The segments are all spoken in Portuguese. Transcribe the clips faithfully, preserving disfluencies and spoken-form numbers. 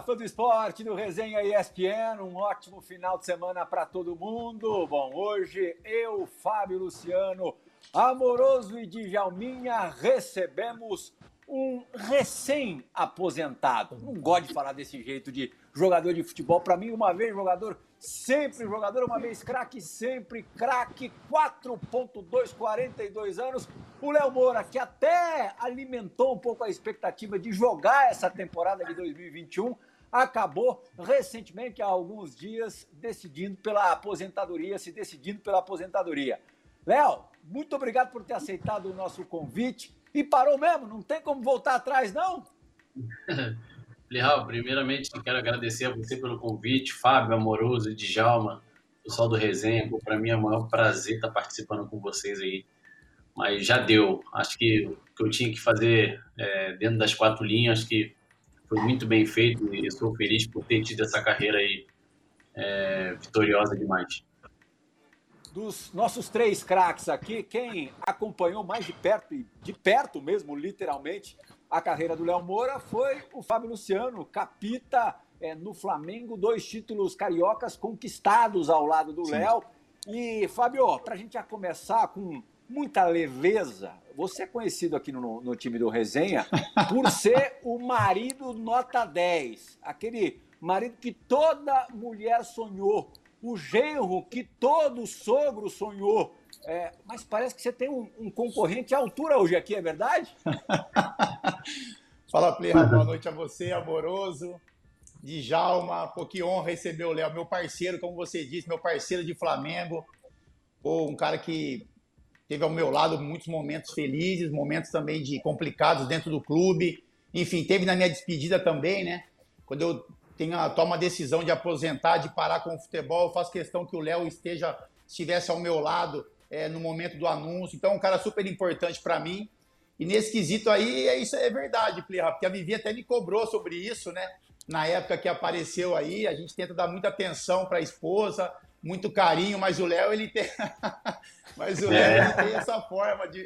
fã do esporte, do Resenha E S P N, um ótimo final de semana para todo mundo. Bom, hoje eu, Fábio Luciano, Amoroso e Djalminha recebemos um recém-aposentado. Não gosto de falar desse jeito de jogador de futebol. Para mim, uma vez jogador, sempre jogador, uma vez craque, sempre craque. quatro ponto dois, quarenta e dois anos. O Léo Moura, que até alimentou um pouco a expectativa de jogar essa temporada de dois mil e vinte e um, acabou recentemente, há alguns dias, decidindo pela aposentadoria, se decidindo pela aposentadoria. Léo, muito obrigado por ter aceitado o nosso convite. E parou mesmo? Não tem como voltar atrás, não? Plihal, primeiramente quero agradecer a você pelo convite, Fábio, Amoroso, Djalma, pessoal do Resenha. Para mim é o maior prazer estar participando com vocês aí. Mas já deu. Acho que o que eu tinha que fazer é, dentro das quatro linhas, que foi muito bem feito e eu sou feliz por ter tido essa carreira aí é, vitoriosa demais. Dos nossos três craques aqui, quem acompanhou mais de perto, e de perto mesmo, literalmente, a carreira do Léo Moura foi o Fábio Luciano, capita é, no Flamengo, dois títulos cariocas conquistados ao lado do Léo. E, Fábio, para a gente já começar com muita leveza, você é conhecido aqui no, no time do Resenha por ser o marido nota dez, aquele marido que toda mulher sonhou, o genro que todo sogro sonhou. É, mas parece que você tem um, um concorrente à altura hoje aqui, é verdade? Fala, Plihal, boa noite a você, Amoroso, Djalma. Pô, que honra receber o Léo, meu parceiro, como você disse, meu parceiro de Flamengo. Pô, um cara que teve ao meu lado muitos momentos felizes, momentos também de complicados dentro do clube. Enfim, teve na minha despedida também, né? Quando eu tenho a, tomo a decisão de aposentar, de parar com o futebol, eu faço questão que o Léo esteja, estivesse ao meu lado é, no momento do anúncio. Então, é um cara super importante para mim. E nesse quesito aí, é, isso é verdade, Plihal, porque a Vivi até me cobrou sobre isso, né? Na época que apareceu aí, a gente tenta dar muita atenção para a esposa, muito carinho, mas o Léo, ele tem... mas o Léo, ele tem essa forma de,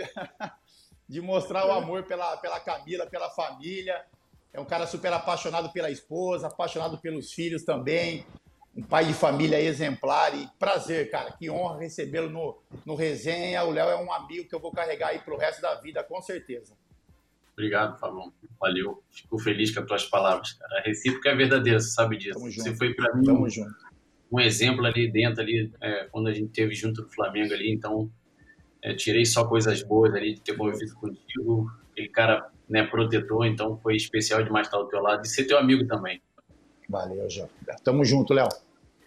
de mostrar o amor pela, pela Camila, pela família. É um cara super apaixonado pela esposa, apaixonado pelos filhos também. Um pai de família exemplar e prazer, cara. Que honra recebê-lo no, no Resenha. O Léo é um amigo que eu vou carregar aí pro resto da vida, com certeza. Obrigado, Fabão. Valeu. Fico feliz com as tuas palavras, cara. A recíproca é verdadeira, você sabe disso. Tamo você junto. foi para mim Tamo um, junto. um exemplo ali dentro, ali, é, quando a gente teve junto no Flamengo ali. Então, é, tirei só coisas boas ali de ter convivido contigo. Aquele cara, né, protetor, então foi especial demais estar ao teu lado e ser teu amigo também. Valeu, João. Tamo junto, Léo.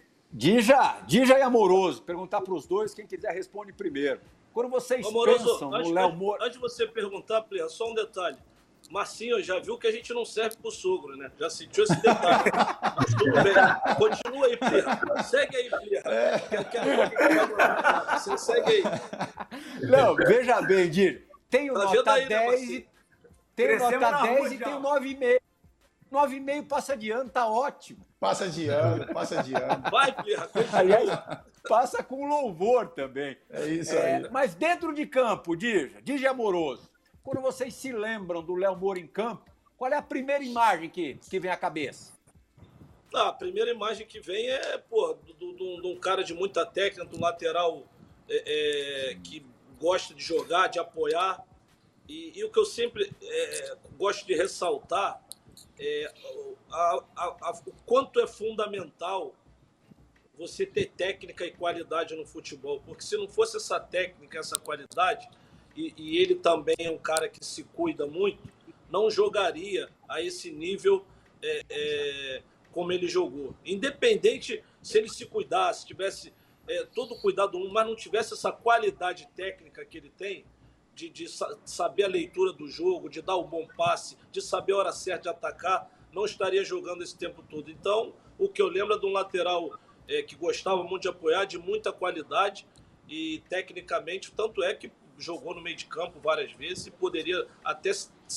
Dija, Dija e Amoroso, perguntar para os dois, quem quiser responde primeiro. Quando vocês Amoroso, pensam antes, no Léo Moura... Antes de você perguntar, Plihal, só um detalhe. Marcinho já viu que a gente não serve pro sogro, né? Já sentiu esse detalhe. Mas tudo bem. Continua aí, Plihal. Segue aí, Plihal. Quero, quero... Você segue aí. Não, veja bem, Dija. Tem o Tá nota aí, dez, né, e, tem o nota dez rua, e já. tem o nove vírgula cinco. nove vírgula cinco passa de ano, tá ótimo. Passa de ano, passa de ano. Vai, Plihal. Aliás, passa com louvor também. É isso É, aí. mas dentro de campo, Dija, Dija Amoroso, quando vocês se lembram do Léo Moura em campo, qual é a primeira imagem que, que vem à cabeça? Ah, a primeira imagem que vem é, pô, de um cara de muita técnica, do lateral é, é, que gosta de jogar, de apoiar. E, e o que eu sempre é, gosto de ressaltar é a, a, a, o quanto é fundamental você ter técnica e qualidade no futebol. Porque se não fosse essa técnica, essa qualidade, e, e ele também é um cara que se cuida muito, não jogaria a esse nível é, é, como ele jogou. Independente se ele se cuidasse, tivesse é, todo o cuidado, mas não tivesse essa qualidade técnica que ele tem, de, de saber a leitura do jogo, de dar o bom passe, de saber a hora certa de atacar, não estaria jogando esse tempo todo. Então, o que eu lembro é de um lateral é, que gostava muito de apoiar, de muita qualidade e tecnicamente, tanto é que jogou no meio de campo várias vezes e poderia até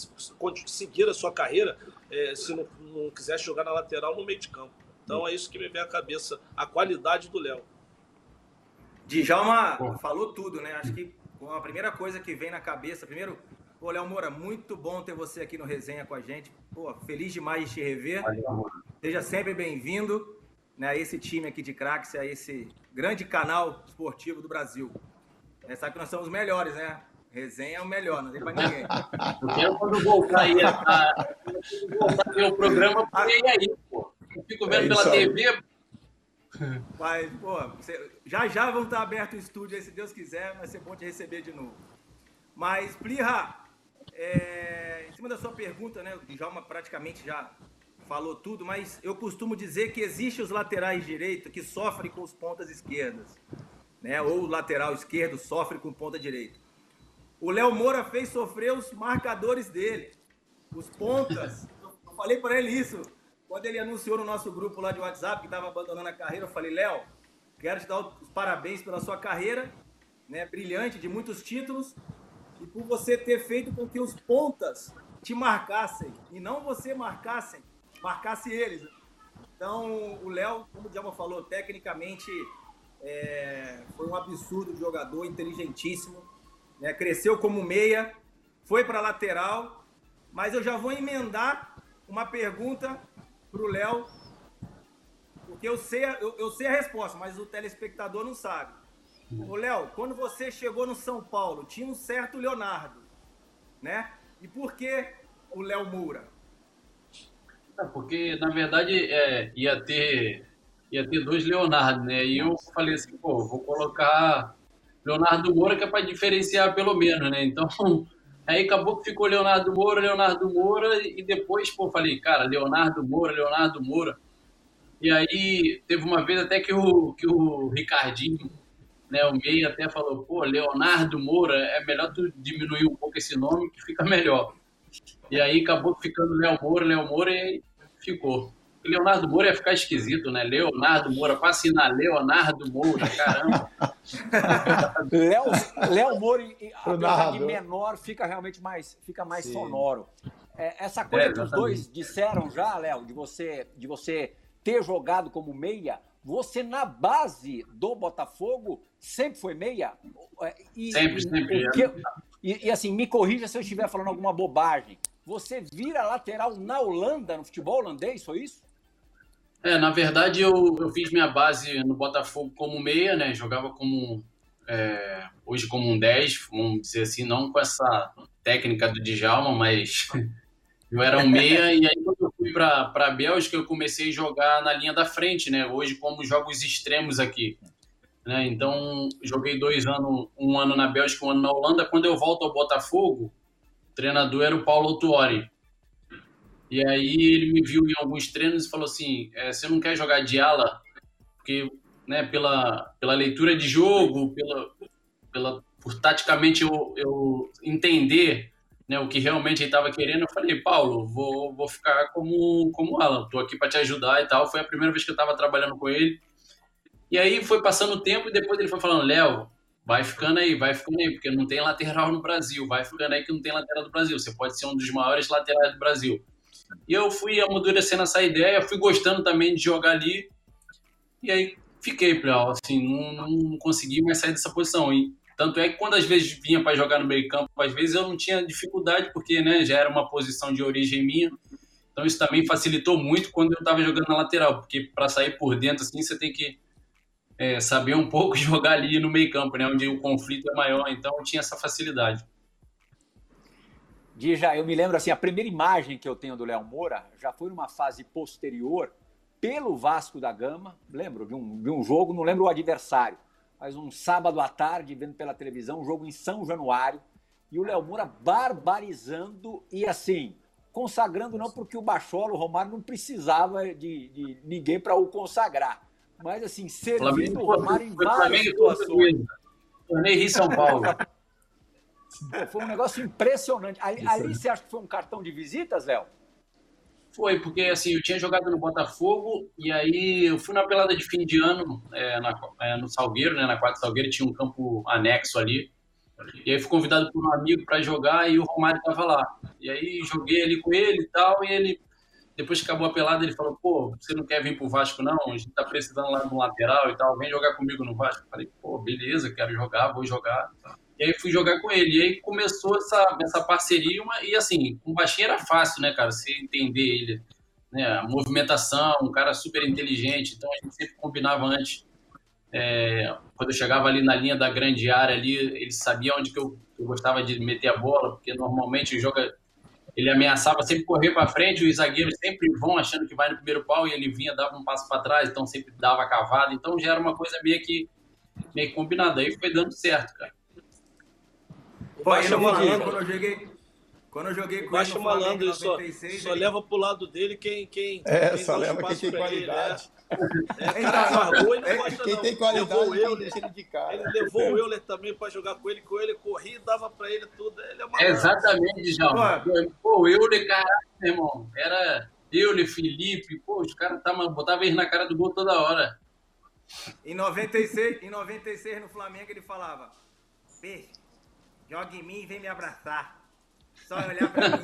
seguir a sua carreira é, se não, não quisesse jogar na lateral no meio de campo. Então é isso que me vem à cabeça, a qualidade do Léo. Djalma falou tudo, né? Acho que a primeira coisa que vem na cabeça, primeiro, pô, Léo Moura, muito bom ter você aqui no Resenha com a gente. Pô, feliz demais de te rever. Valeu, amor. Seja sempre bem-vindo, né, a esse time aqui de craques, a esse grande canal esportivo do Brasil. É, sabe que nós somos os melhores, né? Resenha é o melhor, não tem pra ninguém. Eu quero quando voltar aí, a, quando voltar a ver o programa, porque aí, pô. Eu fico vendo É pela isso aí. T V. Mas, pô, você- já já vão estar aberto o estúdio aí, se Deus quiser, vai ser bom te receber de novo. Mas, Plirra, é, em cima da sua pergunta, né, o Djalma praticamente já falou tudo, mas eu costumo dizer que existem os laterais direitos que sofrem com os pontas esquerdas, né, ou o lateral esquerdo sofre com ponta direita. O Léo Moura fez sofrer os marcadores dele, os pontas. Eu falei para ele isso. Quando ele anunciou no nosso grupo lá de WhatsApp que estava abandonando a carreira, eu falei, Léo, quero te dar os parabéns pela sua carreira, né, brilhante, de muitos títulos, e por você ter feito com que os pontas te marcassem, e não você marcassem, marcasse eles. Então, o Léo, como o Djalma falou, tecnicamente é, foi um absurdo de jogador, inteligentíssimo, né, cresceu como meia, foi para lateral, mas eu já vou emendar uma pergunta para o Léo, porque eu sei, a- eu, eu sei a resposta, mas o telespectador não sabe. Ô, Léo, quando você chegou no São Paulo, tinha um certo Leonardo, né? E por que o Léo Moura? É, porque, na verdade, é, ia ter, ia ter dois Leonardo, né? E eu falei assim, pô, vou colocar Leonardo Moura, que é para diferenciar pelo menos, né? Então, aí acabou que ficou Leonardo Moura, Leonardo Moura, e depois, pô, falei, cara, Leonardo Moura, Leonardo Moura. E aí, teve uma vez até que o, que o Ricardinho, né, o Meia até falou, pô, Leonardo Moura, é melhor tu diminuir um pouco esse nome que fica melhor. E aí acabou ficando Léo Moura, Léo Moura, e aí ficou. E Leonardo Moura ia ficar esquisito, né? Leonardo Moura, para assinar Leonardo Moura, caramba. Léo, Léo Moura, e- e, Pro apesar de narrador. menor, fica realmente mais, fica mais Sim. sonoro. É, essa coisa É, que os exatamente. dois disseram já, Léo, de você, de você ter jogado como meia, você na base do Botafogo sempre foi meia? É, E, Sempre, e- sempre. o que- e, e assim, me corrija se eu estiver falando alguma bobagem. Você vira lateral na Holanda, no futebol holandês, foi isso? É, na verdade, eu, eu fiz minha base no Botafogo como meia, né? Jogava como, é, hoje como um dez, vamos dizer assim, não com essa técnica do Djalma, mas eu era um meia. E aí, quando eu fui para a Bélgica, eu comecei a jogar na linha da frente, né? Hoje, como jogo os extremos aqui, né? Então, joguei dois anos, um ano na Bélgica, um ano na Holanda. Quando eu volto ao Botafogo, o treinador era o Paulo Autuori. E aí ele me viu em alguns treinos e falou assim, é, você não quer jogar de ala? Porque, né, pela, pela leitura de jogo, pela, pela, por taticamente eu, eu entender, né, o que realmente ele estava querendo, eu falei, Paulo, vou, vou ficar como, como ala, estou aqui para te ajudar e tal. Foi a primeira vez que eu estava trabalhando com ele. E aí foi passando o tempo e depois ele foi falando, Léo, vai ficando aí, vai ficando aí, porque não tem lateral no Brasil, vai ficando aí que não tem lateral do Brasil, você pode ser um dos maiores laterais do Brasil. E eu fui amadurecendo essa ideia, fui gostando também de jogar ali, e aí fiquei, assim, não, não consegui mais sair dessa posição. E tanto é que quando às vezes vinha para jogar no meio campo, às vezes eu não tinha dificuldade, porque, né, já era uma posição de origem minha, então isso também facilitou muito quando eu estava jogando na lateral, porque para sair por dentro, assim, você tem que é, saber um pouco jogar ali no meio campo, né, onde o conflito é maior, então eu tinha essa facilidade. Dija, eu me lembro assim, a primeira imagem que eu tenho do Léo Moura já foi numa fase posterior pelo Vasco da Gama, lembro de um, de um jogo, não lembro o adversário, mas um sábado à tarde, vendo pela televisão, um jogo em São Januário, e o Léo Moura barbarizando e assim, consagrando não porque o Bachola, o Romário não precisava de, de ninguém para o consagrar, mas assim, servindo o Romário em várias situações. Tornei Rio São Paulo. Pô, foi um negócio impressionante. Ali, ali você acha que foi um cartão de visitas, Léo? Foi, porque assim, eu tinha jogado no Botafogo e aí eu fui na pelada de fim de ano é, na, é, no Salgueiro, né, na Quatro Salgueiro, tinha um campo anexo ali. E aí fui convidado por um amigo para jogar e o Romário estava lá. E aí joguei ali com ele e tal, e ele, depois que acabou a pelada, ele falou, pô, você não quer vir pro Vasco não? A gente tá precisando lá de um lateral e tal, vem jogar comigo no Vasco. Eu falei, pô, beleza, quero jogar, vou jogar. E aí fui jogar com ele. E aí começou essa, essa parceria. Uma, e assim, com o Baixinho era fácil, né, cara? Você entender ele. né, a movimentação, um cara super inteligente, então a gente sempre combinava antes. É, quando eu chegava ali na linha da grande área, ali, ele sabia onde que eu, eu gostava de meter a bola, porque normalmente o jogo, ele ameaçava sempre correr para frente, os zagueiros sempre vão achando que vai no primeiro pau e ele vinha, dava um passo para trás, então sempre dava cavada, então já era uma coisa meio que, meio que combinada, aí foi dando certo, cara. Pô, eu não malandro, quando eu joguei, quando eu joguei com Baixa ele no Flamengo malandro, em noventa e seis, só, só ele... leva pro lado dele quem quem É, quem só dá leva quem espaço tem pra qualidade. Ele, é, é cara que faz gol, ele não gosta Quem não. tem qualidade, Levou o quem Euler, deixa ele de cara. ele levou o Euler também pra jogar com ele, com ele corria, dava pra ele tudo, ele é malandro. Exatamente, Djalma. Pô, o Euler, caraca, irmão, era Euler, Felipe, pô, os caras botavam eles na cara do gol toda hora. Em noventa e seis, em noventa e seis no Flamengo ele falava: Peixe, joga em mim e vem me abraçar. Só olhar pra mim.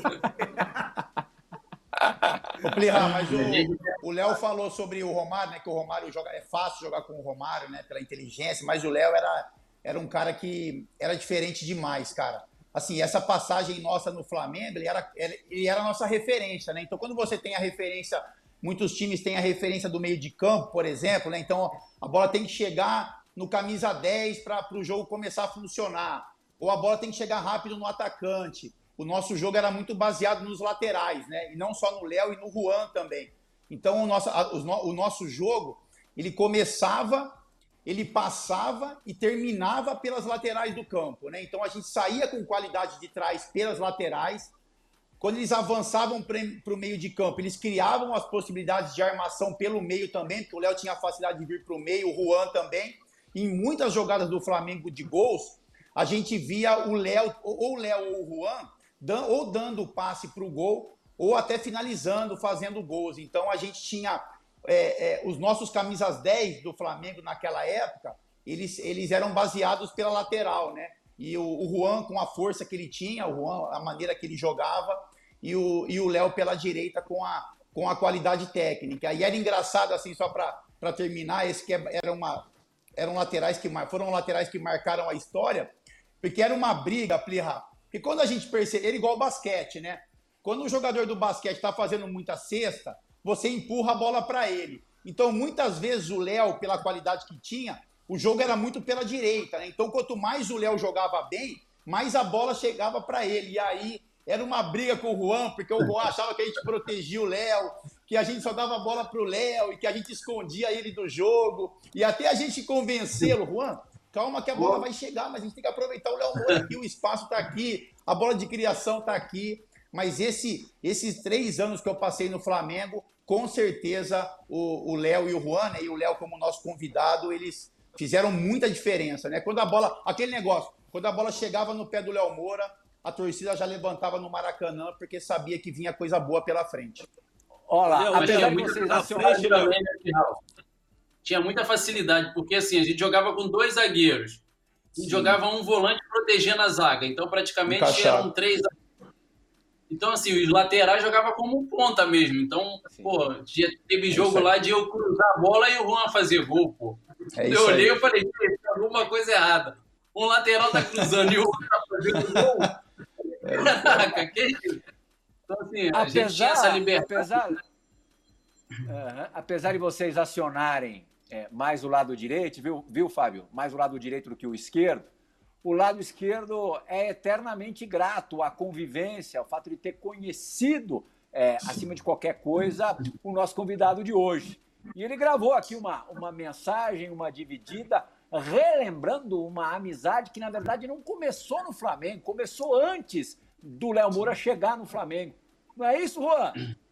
Ô, Plihá, mas o Léo falou sobre o Romário, né? Que o Romário joga, é fácil jogar com o Romário, né? Pela inteligência, mas o Léo era, era um cara que era diferente demais, cara. Assim, essa passagem nossa no Flamengo, ele era, ele era a nossa referência, né? Então, quando você tem a referência, muitos times têm a referência do meio de campo, por exemplo, né? Então, a bola tem que chegar no camisa dez para o jogo começar a funcionar. Ou a bola tem que chegar rápido no atacante. O nosso jogo era muito baseado nos laterais, né? E não só no Léo e no Juan também. Então, o nosso, a, o nosso jogo, ele começava, ele passava e terminava pelas laterais do campo, né? Então, a gente saía com qualidade de trás pelas laterais. Quando eles avançavam para o meio de campo, eles criavam as possibilidades de armação pelo meio também, porque o Léo tinha a facilidade de vir para o meio, o Juan também. E em muitas jogadas do Flamengo de gols, a gente via o Léo, ou o Léo ou o Juan, ou dando o passe para o gol, ou até finalizando, fazendo gols. Então, a gente tinha... É, é, os nossos camisas dez do Flamengo naquela época, eles, eles eram baseados pela lateral, né? E o, o Juan, com a força que ele tinha, o Juan, a maneira que ele jogava, e o e o Léo pela direita com a, com a qualidade técnica. E era engraçado, assim, só para terminar, esse que era uma, eram laterais que, foram laterais que marcaram a história, porque era uma briga, Plihá. Porque quando a gente percebe, ele igual ao basquete, né? Quando o jogador do basquete está fazendo muita cesta, você empurra a bola para ele. Então, muitas vezes o Léo, pela qualidade que tinha, o jogo era muito pela direita, né? Então, quanto mais o Léo jogava bem, mais a bola chegava para ele. E aí, era uma briga com o Juan, porque o Juan achava que a gente protegia o Léo, que a gente só dava a bola pro Léo e que a gente escondia ele do jogo. E até a gente convencê-lo, Juan, calma que a bola vai chegar, mas a gente tem que aproveitar o Léo Moura aqui, o espaço está aqui, a bola de criação está aqui. Mas esse, esses três anos que eu passei no Flamengo, com certeza o Léo e o Juan, né, e o Léo como nosso convidado, eles fizeram muita diferença, né? Quando a bola, aquele negócio, quando a bola chegava no pé do Léo Moura, a torcida já levantava no Maracanã, porque sabia que vinha coisa boa pela frente. Olha lá, apesar de muita vocês facilidade também, né, Raul? Tinha muita facilidade, porque assim, a gente jogava com dois zagueiros, a gente jogava um volante protegendo a zaga, então praticamente Encaixado. eram três. Então, assim, os laterais jogavam como ponta mesmo. Então, Sim. pô, teve jogo é lá de eu cruzar a bola e o Juan fazer gol, pô. É eu olhei e falei, tem alguma coisa errada. Um lateral tá cruzando e o outro tá fazendo gol. Caraca, é que isso? Então, assim, a apesar, gente tinha essa liberdade. Apesar, uh, apesar de vocês acionarem é, mais o lado direito, viu, viu, Fábio? Mais o lado direito do que o esquerdo, o lado esquerdo é eternamente grato à convivência, ao fato de ter conhecido, é, acima de qualquer coisa, o nosso convidado de hoje. E ele gravou aqui uma, uma mensagem, uma dividida, relembrando uma amizade que, na verdade, não começou no Flamengo, começou antes do Léo Moura chegar no Flamengo. Não é isso, Juan?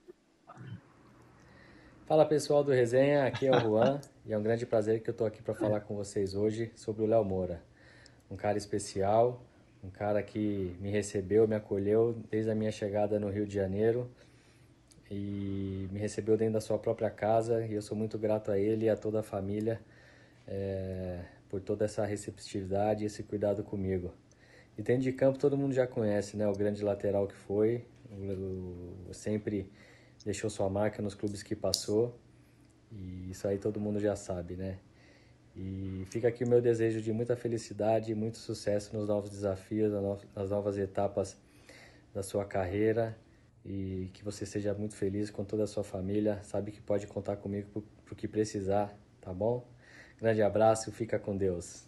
Fala, pessoal do Resenha, aqui é o Juan, e é um grande prazer que eu estou aqui para falar com vocês hoje sobre o Léo Moura. Um cara especial, um cara que me recebeu, me acolheu desde a minha chegada no Rio de Janeiro e me recebeu dentro da sua própria casa, e eu sou muito grato a ele e a toda a família é, por toda essa receptividade e esse cuidado comigo. E dentro de campo todo mundo já conhece, né, o grande lateral que foi, o, o, sempre deixou sua marca nos clubes que passou, e isso aí todo mundo já sabe, né? E fica aqui o meu desejo de muita felicidade e muito sucesso nos novos desafios, nas novas etapas da sua carreira. e que você seja muito feliz com toda a sua família. Sabe que pode contar comigo pro, pro que precisar, tá bom? Grande abraço, fica com Deus.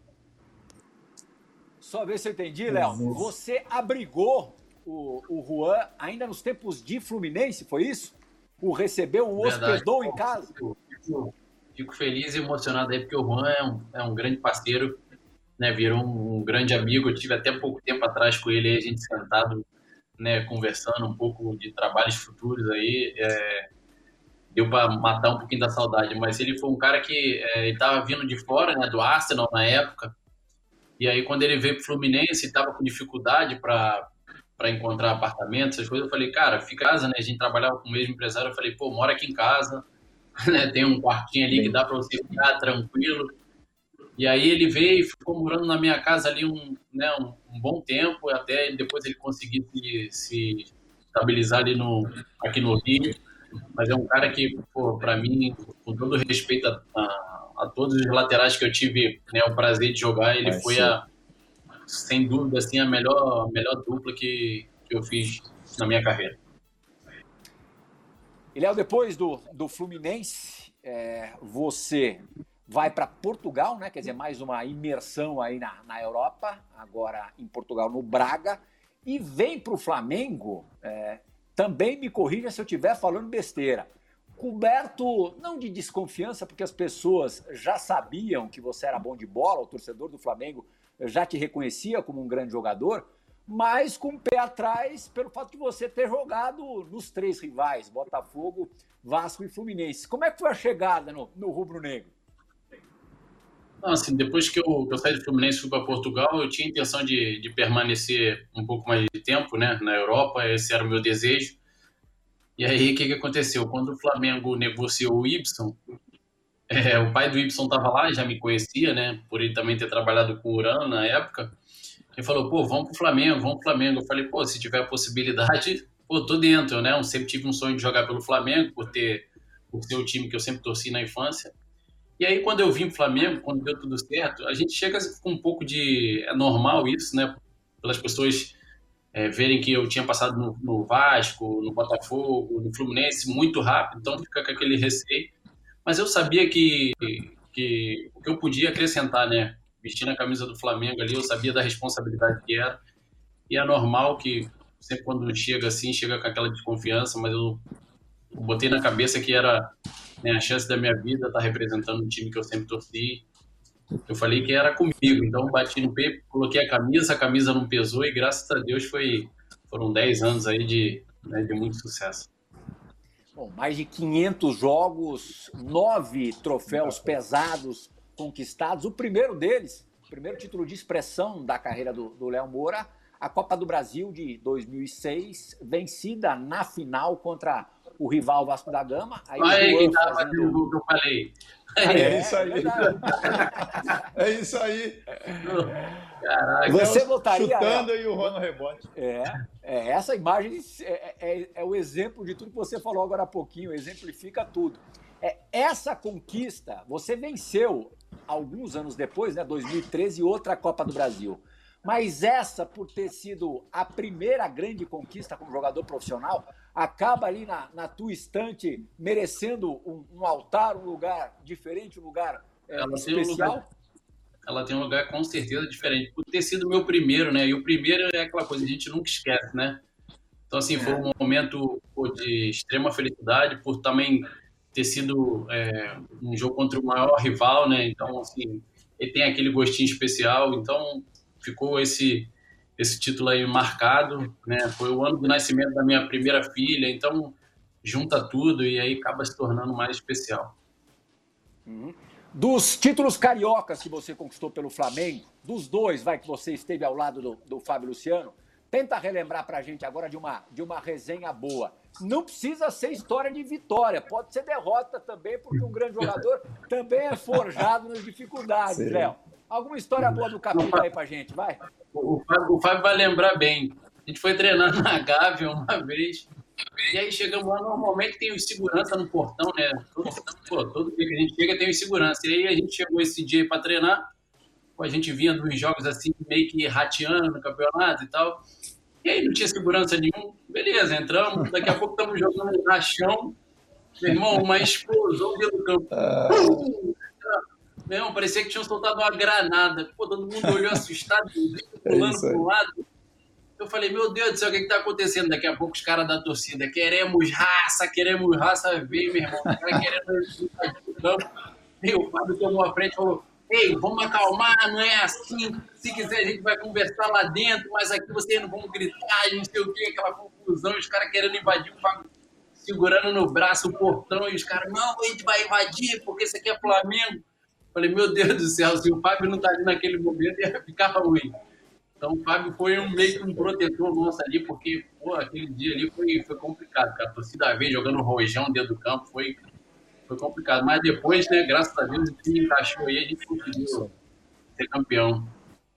Só ver se eu entendi, Léo. Você abrigou o, o Juan ainda nos tempos de Fluminense, foi isso? O recebeu, o hospedou Verdade. em casa? Fico, fico, fico feliz e emocionado aí, porque o Juan é um, é um grande parceiro, né? Virou um, um grande amigo. Eu tive até pouco tempo atrás com ele, aí, a gente sentado, né, conversando um pouco de trabalhos futuros aí. É, deu para matar um pouquinho da saudade, mas ele foi um cara que é, estava vindo de fora, né, do Arsenal na época. E aí, quando ele veio para o Fluminense, estava com dificuldade para para encontrar apartamento, essas coisas. Eu falei, cara, fica em casa, né? A gente trabalhava com o mesmo empresário. Eu falei, pô, mora aqui em casa, né? Tem um quartinho ali que dá para você ficar tranquilo. E aí ele veio e ficou morando na minha casa ali um, né, um, um bom tempo, até depois ele conseguir se, se estabilizar ali no, aqui no Rio. Mas é um cara que, pô, para mim, com todo respeito a, a, a todos os laterais que eu tive, né, o prazer de jogar, ele Vai foi, a, sem dúvida, assim, a melhor, a melhor dupla que, que eu fiz na minha carreira. E, Léo, depois do, do Fluminense, é, você vai para Portugal, né? Quer dizer, mais uma imersão aí na, na Europa, agora em Portugal, no Braga, e vem para o Flamengo, é, também me corrija se eu estiver falando besteira, coberto não de desconfiança, porque as pessoas já sabiam que você era bom de bola, o torcedor do Flamengo já te reconhecia como um grande jogador, mas com o pé atrás pelo fato de você ter jogado nos três rivais, Botafogo, Vasco e Fluminense. Como é que foi a chegada no, no rubro-negro? Não, assim, depois que eu, que eu saí do Fluminense e fui para Portugal, eu tinha a intenção de, de permanecer um pouco mais de tempo, né, na Europa. Esse era o meu desejo. E aí, o que, que aconteceu? Quando o Flamengo negociou o Ibson, é, o pai do Ibson estava lá, já me conhecia, né, por ele também ter trabalhado com o Urano na época. Ele falou, pô, vamos pro Flamengo, vamos pro Flamengo. Eu falei, pô, se tiver a possibilidade, pô, tô dentro, né? Eu sempre tive um sonho de jogar pelo Flamengo, por ter, por ser o time que eu sempre torci na infância. E aí, quando eu vim pro Flamengo, quando deu tudo certo, a gente chega com um pouco de... É normal isso, né? Pelas pessoas é, verem que eu tinha passado no, no Vasco, no Botafogo, no Fluminense muito rápido, então fica com aquele receio. Mas eu sabia que, que o que eu podia acrescentar, né? Vestindo a camisa do Flamengo ali, eu sabia da responsabilidade que era. E é normal que sempre quando chega assim, chega com aquela desconfiança, mas eu, eu botei na cabeça que era, né, a chance da minha vida estar representando o time que eu sempre torci. Eu falei que era comigo, então bati no peito, coloquei a camisa, a camisa não pesou e graças a Deus foi, foram dez anos aí de, né, de muito sucesso. Bom, mais de quinhentos jogos, nove troféus pesados conquistados. O primeiro deles, o primeiro título de expressão da carreira do Léo Moura, a Copa do Brasil de dois mil e seis, vencida na final contra o rival Vasco da Gama. Aí Aí, o Juan fazendo... o que eu falei. É, é isso aí. É, é isso aí. Caraca. Você votaria... Chutando é, e o Juan no rebote. É, é, essa imagem é, é, é o exemplo de tudo que você falou agora há pouquinho, exemplifica tudo. É, essa conquista, você venceu alguns anos depois, né, dois mil e treze, outra Copa do Brasil. Mas essa, por ter sido a primeira grande conquista como jogador profissional, acaba ali na, na tua estante merecendo um, um altar, um lugar diferente, um lugar é, ela especial? Tem um lugar, ela tem um lugar com certeza diferente, por ter sido o meu primeiro, né? E o primeiro é aquela coisa que a gente nunca esquece, né? Então, assim, foi um momento pô, de extrema felicidade, por também ter sido é, um jogo contra o maior rival, né? Então, assim, ele tem aquele gostinho especial, então ficou esse, esse título aí marcado, né? Foi o ano do nascimento da minha primeira filha, então junta tudo e aí acaba se tornando mais especial. Uhum. Dos títulos cariocas que você conquistou pelo Flamengo, dos dois, vai, que você esteve ao lado do, do Fábio Luciano, tenta relembrar pra gente agora de uma, de uma resenha boa. Não precisa ser história de vitória, pode ser derrota também, porque um grande jogador também é forjado nas dificuldades, Léo. Alguma história boa do Capita aí pra gente, vai? O Fábio, o Fábio vai lembrar bem. A gente foi treinar na Gávea uma vez, e aí chegamos lá, normalmente tem os segurança no portão, né? Todo, pô, todo dia que a gente chega tem os segurança. E aí a gente chegou esse dia para treinar, a gente vinha dos jogos assim, meio que rateando no campeonato e tal. E aí não tinha segurança nenhuma. Beleza, entramos, daqui a pouco estamos jogando um rachão. Meu irmão, uma explosão dentro do campo. Uh! Meu irmão, parecia que tinham soltado uma granada. Pô, todo mundo olhou assustado, pulando para um lado. Eu falei, meu Deus do céu, o que está acontecendo? Daqui a pouco os caras da torcida, queremos raça, queremos raça. Veio, meu irmão, os caras querendo invadir o campo. E o Fábio tomou a frente e falou, ei, vamos acalmar, não é assim. Se quiser, a gente vai conversar lá dentro, mas aqui vocês não vão gritar, não sei o quê, aquela confusão, os caras querendo invadir o Fábio, segurando no braço o portão, e os caras, não, a gente vai invadir, porque isso aqui é Flamengo. Falei, meu Deus do céu, se o Fábio não tá ali naquele momento, ia ficar ruim. Então o Fábio foi um, meio que um protetor nosso ali, porque pô, aquele dia ali foi, foi complicado, cara. A torcida veio jogando rojão dentro do campo, foi, foi complicado. Mas depois, né, graças a Deus, o time encaixou aí, a gente conseguiu ser campeão.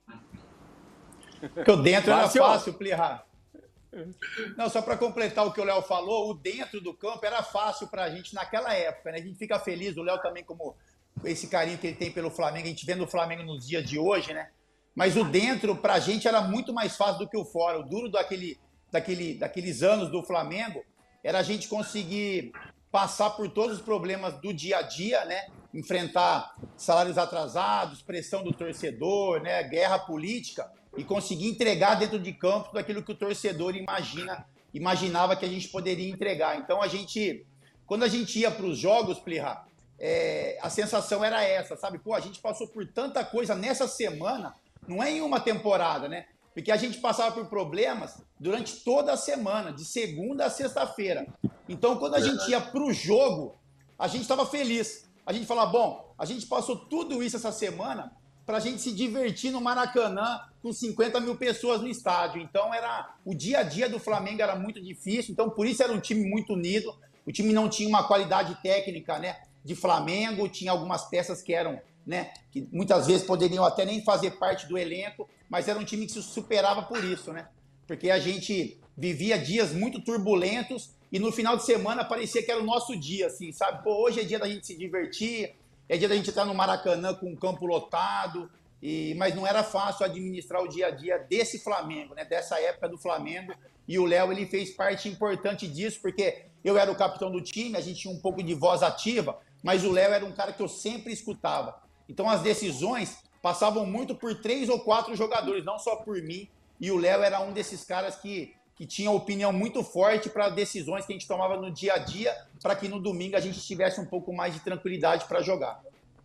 Porque o dentro era fácil, Plihá. Não, só para completar o que o Léo falou, o dentro do campo era fácil para a gente naquela época, né? A gente fica feliz, o Léo também, como esse carinho que ele tem pelo Flamengo, a gente vendo o Flamengo nos dias de hoje, né? Mas o dentro, para a gente, era muito mais fácil do que o fora. O duro daquele, daquele, daqueles anos do Flamengo era a gente conseguir passar por todos os problemas do dia a dia, né? Enfrentar salários atrasados, pressão do torcedor, né? Guerra política, e conseguir entregar dentro de campo tudo aquilo que o torcedor imagina, imaginava que a gente poderia entregar. Então, a gente, quando a gente ia para os jogos, Plihá, é, a sensação era essa, sabe? Pô, a gente passou por tanta coisa nessa semana, não é em uma temporada, né? Porque a gente passava por problemas durante toda a semana, de segunda a sexta-feira. Então, quando a gente ia para o jogo, a gente estava feliz. A gente falava, bom, a gente passou tudo isso essa semana para a gente se divertir no Maracanã com cinquenta mil pessoas no estádio. Então, era o dia a dia do Flamengo era muito difícil. Então, por isso era um time muito unido. O time não tinha uma qualidade técnica, né, de Flamengo. Tinha algumas peças que eram, né, que muitas vezes poderiam até nem fazer parte do elenco, mas era um time que se superava por isso, né? Porque a gente vivia dias muito turbulentos e no final de semana parecia que era o nosso dia, assim, sabe? Pô, hoje é dia da gente se divertir, é dia da gente estar no Maracanã com o campo lotado, e, mas não era fácil administrar o dia a dia desse Flamengo, né? Dessa época do Flamengo, e o Léo, ele fez parte importante disso, porque eu era o capitão do time, a gente tinha um pouco de voz ativa, mas o Léo era um cara que eu sempre escutava. Então as decisões passavam muito por três ou quatro jogadores, não só por mim, e o Léo era um desses caras que, que tinha opinião muito forte para decisões que a gente tomava no dia a dia, para que no domingo a gente tivesse um pouco mais de tranquilidade para jogar.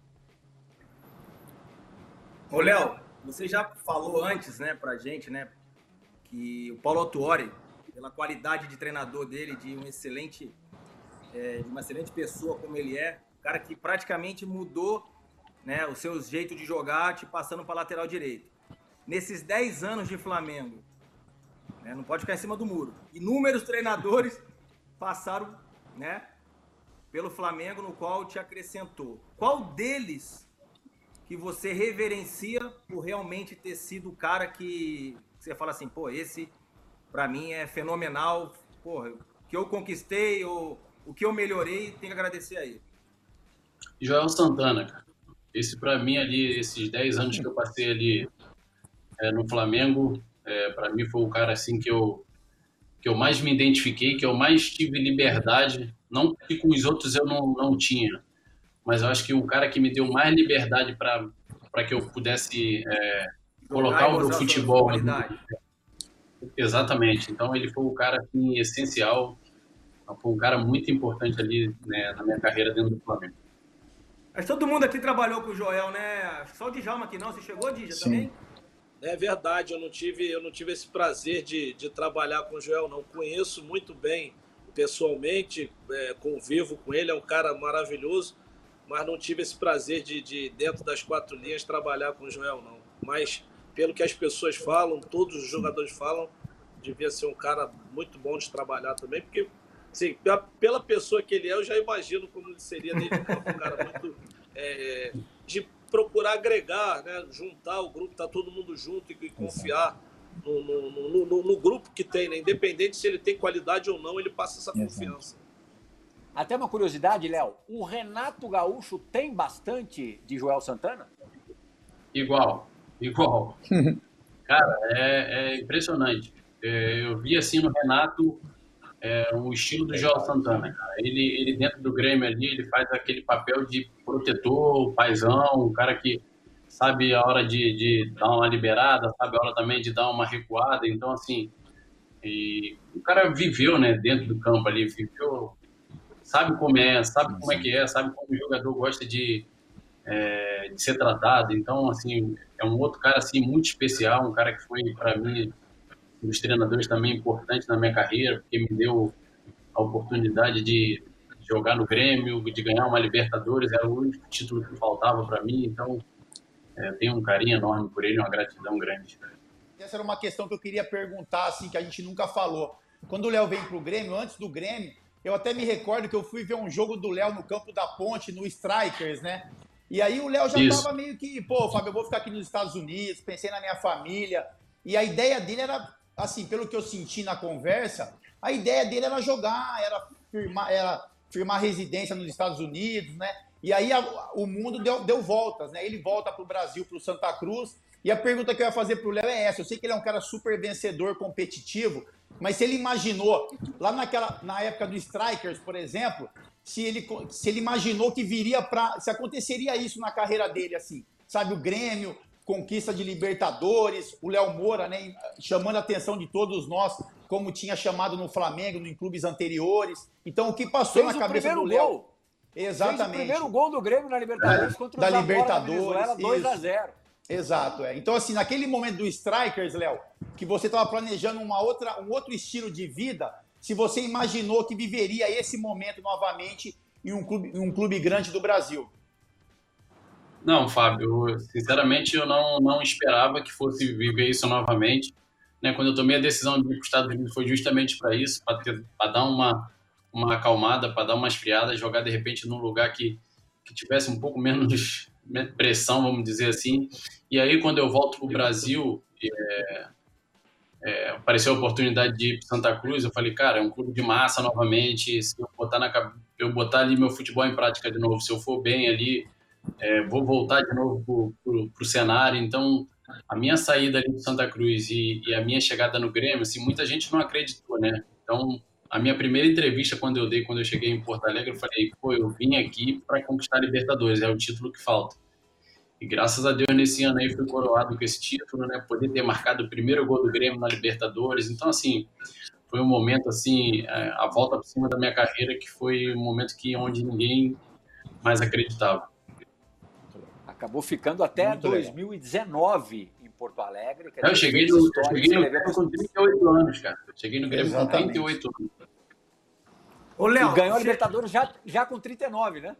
Ô, Léo, você já falou antes, né, pra gente, né, que o Paulo Autuori, pela qualidade de treinador dele, de um excelente, é, de uma excelente pessoa como ele é, um cara que praticamente mudou, né, o seu jeito de jogar, te passando para lateral direito. Nesses dez anos de Flamengo, né, não pode ficar em cima do muro, inúmeros treinadores passaram, né, pelo Flamengo, no qual te acrescentou. Qual deles que você reverencia por realmente ter sido o cara que você fala assim, pô, esse pra mim é fenomenal, porra, o que eu conquistei, ou o que eu melhorei, tenho que agradecer a ele? Joel Santana, cara. Esse pra mim ali, esses dez anos que eu passei ali é, no Flamengo, é, pra mim foi o cara assim que eu, que eu mais me identifiquei, que eu mais tive liberdade, não que com os outros eu não, não tinha, mas eu acho que o cara que me deu mais liberdade para para que eu pudesse é, colocar o meu futebol. Exatamente. Então ele foi um cara assim, essencial, foi um cara muito importante ali, né, na minha carreira dentro do Flamengo. Mas todo mundo aqui trabalhou com o Joel, né? Só o Djalma aqui não. Você chegou, Dija, também? É verdade, eu não tive, eu não tive esse prazer de, de trabalhar com o Joel, não. Conheço muito bem pessoalmente, é, convivo com ele, é um cara maravilhoso, mas não tive esse prazer de, de, dentro das quatro linhas, trabalhar com o Joel, não. Mas, pelo que as pessoas falam, todos os jogadores falam, devia ser um cara muito bom de trabalhar também, porque, assim, pela pessoa que ele é, eu já imagino como ele seria dentro do campo, um cara muito... É, de procurar agregar, né, juntar o grupo, tá todo mundo junto e, e confiar no, no, no, no, no grupo que tem, né? Independente se ele tem qualidade ou não, ele passa essa confiança. Até uma curiosidade, Léo, o Renato Gaúcho tem bastante de Joel Santana? Igual, igual. Cara, é, é impressionante. é, eu vi assim no Renato é, o estilo do João Santana. Cara. Ele, ele dentro do Grêmio ali, ele faz aquele papel de protetor, paizão, um cara que sabe a hora de, de dar uma liberada, sabe a hora também de dar uma recuada. Então, assim, e o cara viveu, né, dentro do campo ali, viveu, sabe como é, sabe como é que é, sabe como o jogador gosta de, é, de ser tratado. Então, assim, é um outro cara assim muito especial, um cara que foi para mim um dos treinadores também importantes na minha carreira, porque me deu a oportunidade de jogar no Grêmio, de ganhar uma Libertadores, era o único título que faltava para mim. Então, é, tenho um carinho enorme por ele, uma gratidão grande. Essa era uma questão que eu queria perguntar, assim, que a gente nunca falou. Quando o Léo veio pro Grêmio, antes do Grêmio, eu até me recordo que eu fui ver um jogo do Léo no campo da Ponte, no Strikers, né? E aí o Léo já Isso. tava meio que, pô, Fábio, eu vou ficar aqui nos Estados Unidos, pensei na minha família. E a ideia dele era, assim, pelo que eu senti na conversa, a ideia dele era jogar, era firmar, era firmar residência nos Estados Unidos, né? E aí a, o mundo deu, deu voltas, né? Ele volta pro Brasil, pro Santa Cruz. E a pergunta que eu ia fazer pro Léo é essa. Eu sei que ele é um cara super vencedor, competitivo, mas se ele imaginou, lá naquela, na época do Strikers, por exemplo, se ele, se ele imaginou que viria para... Se aconteceria isso na carreira dele, assim, sabe? O Grêmio, conquista de Libertadores, o Léo Moura, né, chamando a atenção de todos nós, como tinha chamado no Flamengo, em clubes anteriores. Então, o que passou Fez na o cabeça do primeiro Léo... gol. Exatamente. Fez o primeiro gol do Grêmio na Libertadores Da- contra o da Zamora Libertadores, na Venezuela, dois a isso. zero. Exato, é. Então, assim, naquele momento do Strikers, Léo, que você estava planejando uma outra, um outro estilo de vida, se você imaginou que viveria esse momento novamente em um clube, em um clube grande do Brasil. Não, Fábio, eu, sinceramente eu não, não esperava que fosse viver isso novamente. Né? Quando eu tomei a decisão de ir para os Estados Unidos foi justamente para isso, para dar uma, uma acalmada, para dar uma esfriada, jogar de repente num lugar que, que tivesse um pouco menos pressão, vamos dizer assim. E aí quando eu volto para o Brasil, é, é, apareceu a oportunidade de ir para Santa Cruz, eu falei, cara, é um clube de massa novamente, se eu botar, na, eu botar ali meu futebol em prática de novo, se eu for bem ali, É, vou voltar de novo para o cenário. Então, a minha saída ali do Santa Cruz e, e a minha chegada no Grêmio, assim, muita gente não acreditou, né? Então, a minha primeira entrevista, quando eu dei, quando eu cheguei em Porto Alegre, eu falei, pô, eu vim aqui para conquistar a Libertadores, é o título que falta. E graças a Deus, nesse ano aí, fui coroado com esse título, né? Poder ter marcado o primeiro gol do Grêmio na Libertadores. Então, assim, foi um momento, assim, a volta por cima da minha carreira, que foi um momento que onde ninguém mais acreditava. Acabou ficando até Muito dois mil e dezenove em Porto Alegre. Quer Eu dizer, cheguei fez no, eu história, cheguei no escreveu- Grêmio com trinta e oito anos, cara. Eu cheguei no Grêmio com Exatamente. trinta e oito anos. Ô, Léo, E ganhou a che- Libertadores já, já com trinta e nove, né?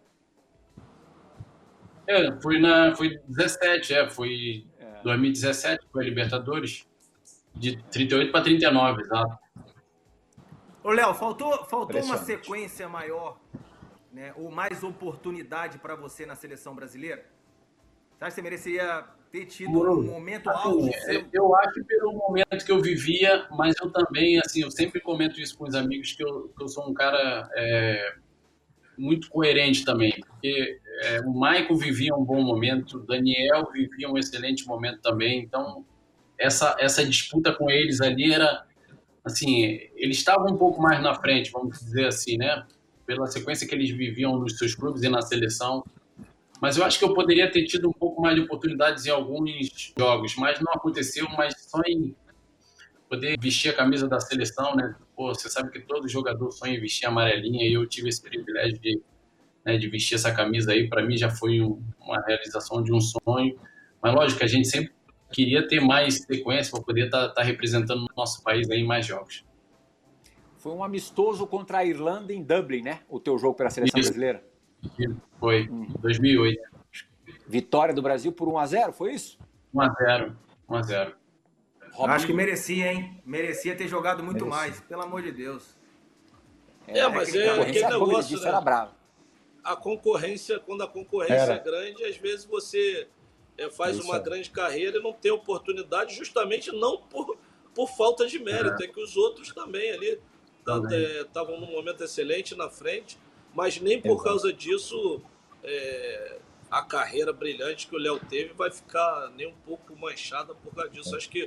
É, fui na, foi dezessete, é, foi É. dois mil e dezessete, foi a Libertadores. De trinta e oito para trinta e nove, exato. Ô, Léo, faltou, faltou uma Impressionante. sequência maior, né, ou mais oportunidade para você na seleção brasileira? Você acha que você merecia ter tido um momento auge? Assim, seu? eu, eu acho que pelo momento que eu vivia, mas eu também, assim, eu sempre comento isso com os amigos, que eu, que eu sou um cara é, muito coerente também, porque é, o Maicon vivia um bom momento, o Daniel vivia um excelente momento também, então essa, essa disputa com eles ali era, assim, eles estavam um pouco mais na frente, vamos dizer assim, né, pela sequência que eles viviam nos seus clubes e na seleção. Mas eu acho que eu poderia ter tido um pouco mais de oportunidades em alguns jogos, mas não aconteceu, mas só em poder vestir a camisa da seleção, né? Pô, você sabe que todo jogador sonha em vestir a amarelinha e eu tive esse privilégio de, né, de vestir essa camisa aí. Para mim já foi um, uma realização de um sonho. Mas lógico que a gente sempre queria ter mais sequência para poder estar tá, tá representando o nosso país aí em mais jogos. Foi um amistoso contra a Irlanda em Dublin, né? O teu jogo pela seleção Isso. brasileira. Foi Hum. dois mil e oito. Vitória do Brasil por um a zero, foi isso? um a zero. um a zero. Robinho. Acho que merecia, hein? Merecia ter jogado muito Merecia. mais, pelo amor de Deus. É, mas aquele é concorrência, aquele como ele negócio, disse, né? era bravo. A concorrência, quando a concorrência Era. é grande, às vezes você é, faz Isso uma é. grande carreira e não tem oportunidade, justamente não por, por falta de mérito, é, que os outros também ali estavam num momento excelente na frente, mas nem por Exato. causa disso é, a carreira brilhante que o Léo teve vai ficar nem um pouco manchada por causa disso. Acho que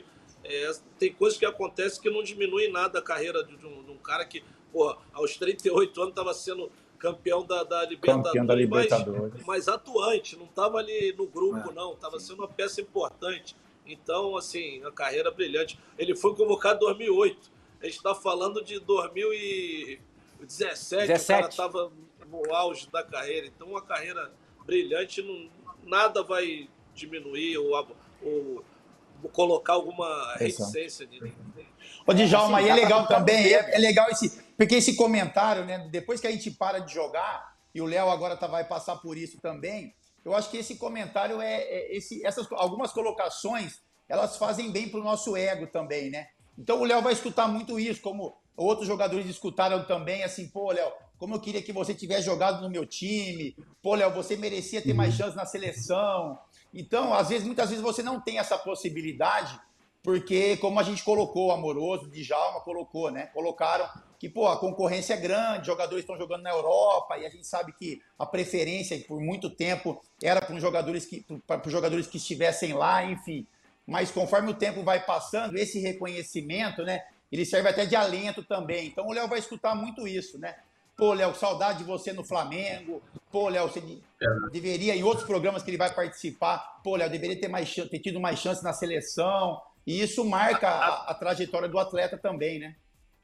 É, tem coisas que acontecem que não diminuem nada a carreira de um, de um cara que, pô, aos trinta e oito anos estava sendo campeão da, da Libertadores, campeão da Libertadores. Mas, mas atuante, não estava ali no grupo, não, estava sendo uma peça importante. Então, assim, a carreira brilhante. Ele foi convocado em dois mil e oito, a gente está falando de dois mil e dezessete, dezessete. O cara estava no auge da carreira, então uma carreira brilhante, não, nada vai diminuir ou, ou colocar alguma reticência de... Ô, Djalma, e é legal também, é, é legal esse, porque esse comentário, né, depois que a gente para de jogar, e o Léo agora tá, vai passar por isso também, eu acho que esse comentário, é, é esse, essas, algumas colocações, elas fazem bem pro nosso ego também, né? Então o Léo vai escutar muito isso, como outros jogadores escutaram também, assim, pô, Léo, como eu queria que você tivesse jogado no meu time, pô, Léo, você merecia ter mais chance na seleção. Então, às vezes, muitas vezes você não tem essa possibilidade, porque, como a gente colocou, o Amoroso, o Djalma colocou, né? Colocaram que, pô, a concorrência é grande, jogadores estão jogando na Europa, e a gente sabe que a preferência, por muito tempo, era para os jogadores que, para os jogadores que estivessem lá, enfim. Mas conforme o tempo vai passando, esse reconhecimento, né? Ele serve até de alento também. Então, o Léo vai escutar muito isso, né? Pô, Léo, saudade de você no Flamengo. Pô, Léo, você é. deveria, em outros programas que ele vai participar, pô, Léo, deveria ter, mais, ter tido mais chance na seleção. E isso marca a, a trajetória do atleta também, né?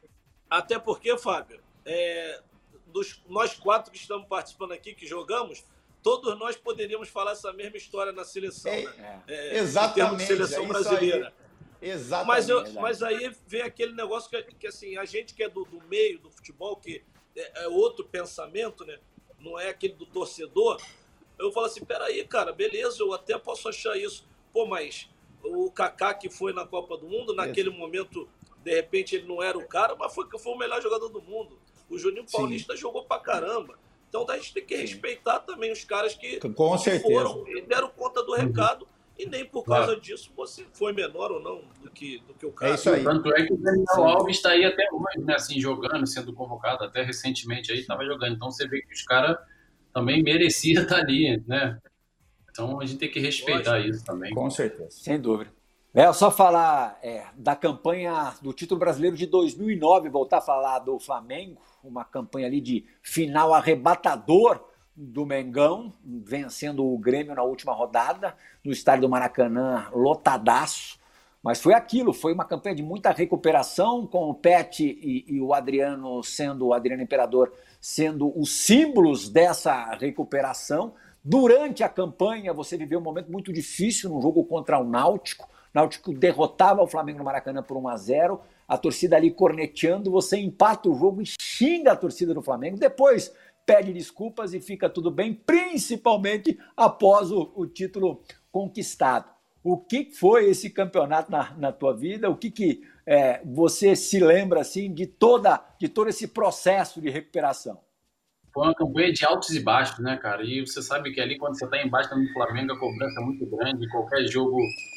Até porque, Fábio, é, dos, nós quatro que estamos participando aqui, que jogamos, todos nós poderíamos falar essa mesma história na seleção, é, né? É, exatamente. Em seleção é brasileira. Aí. Exatamente. Mas, eu, mas aí vem aquele negócio que, que assim, a gente que é do, do meio do futebol, que é, é outro pensamento, né? Não é aquele do torcedor. Eu falo assim, peraí, cara, beleza, eu até posso achar isso. Pô, mas o Kaká que foi na Copa do Mundo, naquele isso. momento, de repente ele não era o cara, mas foi, foi o melhor jogador do mundo. O Juninho Sim. Paulista jogou pra caramba. Então a gente tem que Sim. respeitar também os caras que, Com que certeza. foram e deram conta do recado. E nem por causa claro. disso você foi menor ou não do que, do que o cara. É isso aí. Tanto é que o Daniel Alves está aí até hoje, né? Assim, jogando, sendo convocado, até recentemente aí estava jogando. Então você vê que os caras também mereciam estar ali, né? Então a gente tem que respeitar Lógico. isso também. Com certeza. Sem dúvida. É só falar é, da campanha do título brasileiro de dois mil e nove, voltar a falar do Flamengo, uma campanha ali de final arrebatador do Mengão, vencendo o Grêmio na última rodada, no estádio do Maracanã, lotadaço. Mas foi aquilo, foi uma campanha de muita recuperação, com o Pet e, e o Adriano sendo, o Adriano Imperador, sendo os símbolos dessa recuperação. Durante a campanha, você viveu um momento muito difícil no jogo contra o Náutico. O Náutico derrotava o Flamengo no Maracanã por um a zero, a torcida ali corneteando, você empata o jogo e xinga a torcida do Flamengo. Depois pede desculpas e fica tudo bem, principalmente após o, o título conquistado. O que foi esse campeonato na, na tua vida? O que, que é, você se lembra assim, de, toda, de todo esse processo de recuperação? Foi uma campanha de altos e baixos, né, cara? E você sabe que ali, quando você está embaixo no Flamengo, a cobrança é muito grande, qualquer jogo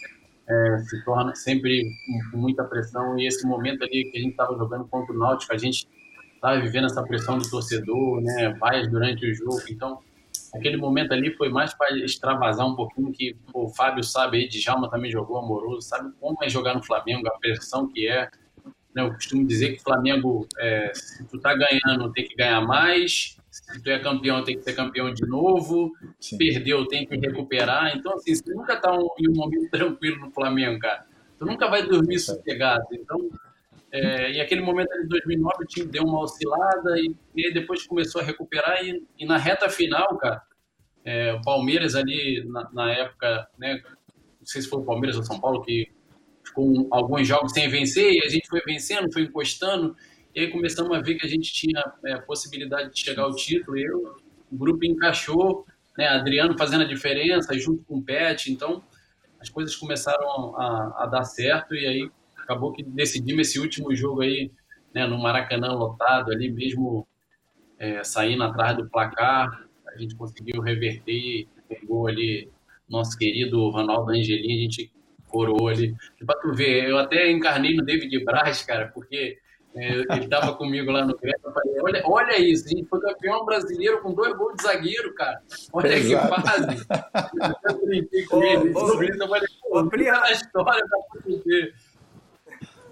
é, se torna sempre com muita pressão. E esse momento ali que a gente estava jogando contra o Náutico, a gente estava vivendo essa pressão do torcedor, né, vaias durante o jogo. Então, aquele momento ali foi mais para extravasar um pouquinho, que pô, o Fábio sabe aí, Djalma também jogou, Amoroso, sabe como é jogar no Flamengo, a pressão que é. Né, eu costumo dizer que o Flamengo, é, se tu tá ganhando, tem que ganhar mais, se tu é campeão, tem que ser campeão de novo, se perdeu, tem que recuperar. Então, assim, você nunca tá um, em um momento tranquilo no Flamengo, cara. Tu nunca vai dormir sossegado. Então, É, e aquele momento ali de dois mil e nove o time deu uma oscilada e, e depois começou a recuperar e, e na reta final, cara, é, o Palmeiras ali na, na época, né, não sei se foi o Palmeiras ou São Paulo que ficou um, alguns jogos sem vencer e a gente foi vencendo, foi encostando e aí começamos a ver que a gente tinha é, a possibilidade de chegar ao título e eu, o grupo encaixou, né, Adriano fazendo a diferença junto com o Pet, então as coisas começaram a, a dar certo e aí acabou que decidimos esse último jogo aí, né, no Maracanã lotado, ali mesmo é, saindo atrás do placar, a gente conseguiu reverter, pegou ali nosso querido Ronaldo Angelim, a gente coroou ali. E pra tu ver, eu até encarnei no David Braz, cara, porque é, ele tava comigo lá no Grêmio, eu falei, olha, olha isso, a gente foi campeão brasileiro com dois gols de zagueiro, cara. Olha Exato. que fase. Eu brinquei com ele, ô, ô, eu falei, pô, a história da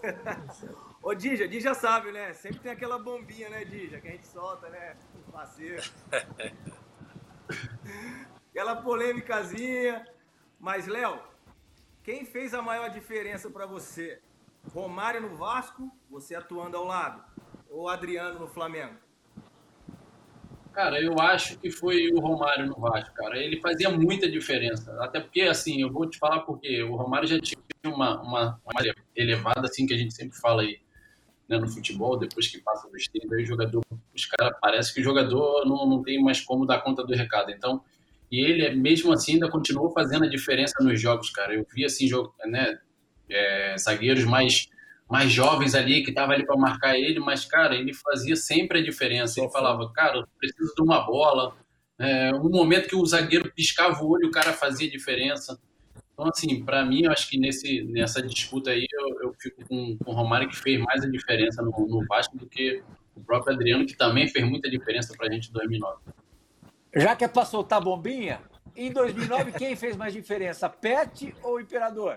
Ô, Dija, Dija sabe, né? Sempre tem aquela bombinha, né, Dija, que a gente solta, né? Parceiro. Aquela polêmicazinha. Mas, Léo, quem fez a maior diferença para você? Romário no Vasco, você atuando ao lado? Ou Adriano no Flamengo? Cara, eu acho que foi o Romário no Vasco, cara. Ele fazia muita diferença. Até porque, assim, eu vou te falar porque o Romário já tinha uma, uma, uma elevada, assim, que a gente sempre fala aí, né, no futebol, depois que passa dos trinta, aí o jogador, os caras, parece que o jogador não, não tem mais como dar conta do recado. Então, e ele, mesmo assim, ainda continuou fazendo a diferença nos jogos, cara. Eu vi, assim, jogo, né, é, zagueiros mais... mais jovens ali, que estavam ali para marcar ele, mas, cara, ele fazia sempre a diferença. Ele falava, cara, eu preciso de uma bola. É, um momento que o zagueiro piscava o olho, o cara fazia diferença. Então, assim, para mim, eu acho que nesse, nessa disputa aí, eu, eu fico com, com o Romário, que fez mais a diferença no, no Vasco do que o próprio Adriano, que também fez muita diferença para a gente em dois mil e nove. Já que é para soltar bombinha, em dois mil e nove, quem fez mais diferença, Pet ou Imperador?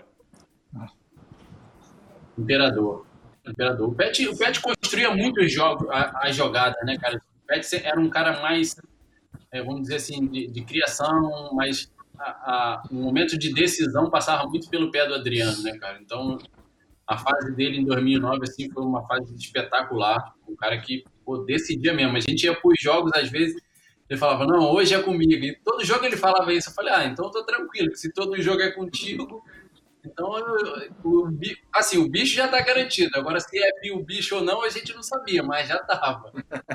Imperador. Imperador. O Pet, o Pet construía muitos jogos, a, a jogada, né, cara? O Pet era um cara mais, é, vamos dizer assim, de, de criação, mas a, a, o momento de decisão passava muito pelo pé do Adriano, né, cara? Então, a fase dele em dois mil e nove, assim, foi uma fase espetacular. Um cara que, pô, decidia mesmo. A gente ia pros jogos, às vezes, ele falava, não, hoje é comigo. E todo jogo ele falava isso. Eu falei, ah, então eu tô tranquilo, que se todo jogo é contigo... Então, o, assim, o bicho já está garantido. Agora, se é o bicho ou não, a gente não sabia, mas já estava.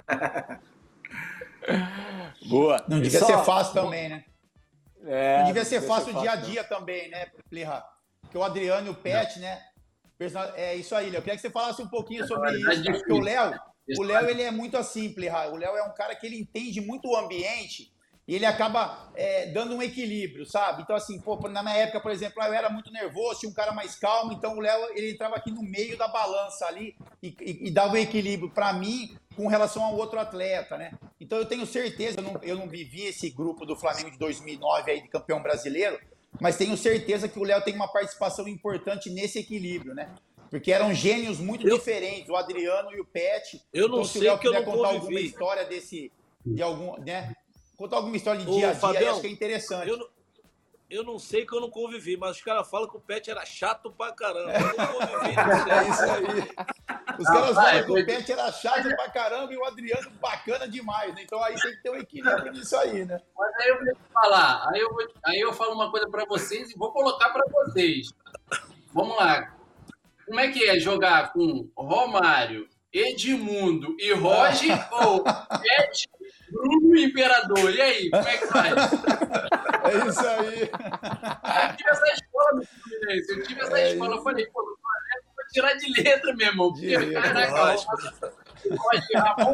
Boa. Não devia Só... ser fácil também, né? É, não devia ser devia fácil o dia a dia também, né, Plirra? Porque o Adriano e o Pet, não. né? É isso aí, Léo. Eu queria que você falasse um pouquinho sobre isso. É porque o Léo, o Léo, ele é muito assim, Plirra. O Léo é um cara que ele entende muito o ambiente. E ele acaba é, dando um equilíbrio, sabe? Então, assim, pô, na minha época, por exemplo, eu era muito nervoso, tinha um cara mais calmo, então o Léo, ele entrava aqui no meio da balança ali e, e, e dava um equilíbrio para mim com relação ao outro atleta, né? Então, eu tenho certeza, eu não, eu não vivi esse grupo do Flamengo de dois mil e nove aí, de campeão brasileiro, mas tenho certeza que o Léo tem uma participação importante nesse equilíbrio, né? Porque eram gênios muito eu, diferentes, o Adriano e o Pet. Eu não então, sei o que eu não contar convivi. alguma história desse, de algum, né? Contar alguma história de dia a dia, Fabião, acho que é interessante. Eu não, eu não sei que eu não convivi, mas os caras falam que o Pet era chato pra caramba. Eu não convivi. É isso aí. Os caras ah, falam é, que o Pet era chato pra caramba e o Adriano bacana demais, né? Então aí tem que ter um equilíbrio nisso aí, né? Mas aí eu vou te falar, aí eu, vou, aí eu falo uma coisa pra vocês e vou colocar pra vocês. Vamos lá. Como é que é jogar com Romário, Edmundo e Roger ou Pet, Bruno e Imperador? E aí, como é que faz? É isso aí. Eu tive essa escola no Fluminense. Eu tive essa é escola. Isso. Eu falei, pô, eu vou tirar de letra, meu irmão. Porque, caraca, Roger, Ramon,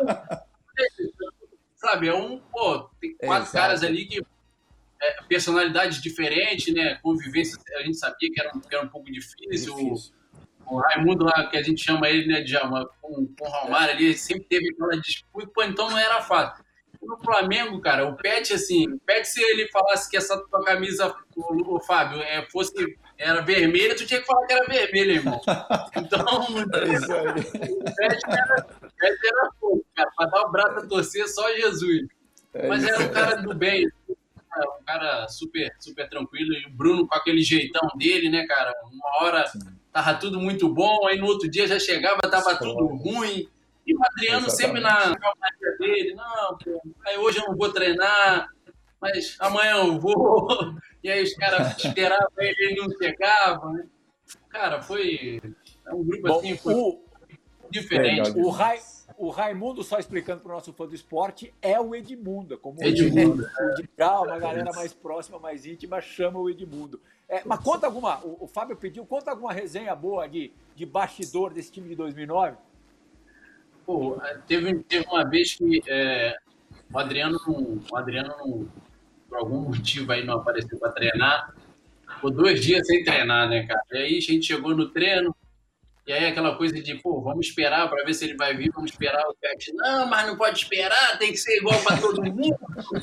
sabe, é um, pô, tem quatro é, caras ali que é, personalidades diferentes, né? Convivência, a gente sabia que era um, que era um pouco difícil. difícil. O Raimundo lá, que a gente chama ele, né, de Djalma, com, com o Romário ali, sempre teve aquela disputa, pô, então não era fácil. No Flamengo, cara, o Pet, assim, o Pet, se ele falasse que essa tua camisa, o, o Fábio, é, fosse, era vermelha, tu tinha que falar que era vermelha, irmão. Então, é isso aí. O Pet era, o Pet era fogo, cara, pra dar o braço a torcer, só Jesus. É Mas era um cara do bem, um cara super, super tranquilo, e o Bruno com aquele jeitão dele, né, cara, uma hora... Sim. Tava tudo muito bom, aí no outro dia já chegava, tava tudo ruim. E o Adriano Exatamente. sempre na calmaria dele, não, pô, aí hoje eu não vou treinar, mas amanhã eu vou. E aí os caras esperavam ele, ele não chegava, né? Cara, foi um grupo bom, assim, foi o... diferente. O, Rai, o Raimundo, só explicando para o nosso fã do esporte, é o Edmundo. Como Edmundo. O Edmundo, uma galera mais próxima, mais íntima, chama o Edmundo. É, mas conta alguma, o, o Fábio pediu, conta alguma resenha boa de, de bastidor desse time de dois mil e nove? Pô, teve, teve uma vez que é, o Adriano, o Adriano não, por algum motivo aí não apareceu para treinar, ficou dois dias sem treinar, né, cara? E aí a gente chegou no treino, E aí aquela coisa de, pô, vamos esperar para ver se ele vai vir, vamos esperar o Pet. Não, mas não pode esperar, tem que ser igual para todo mundo.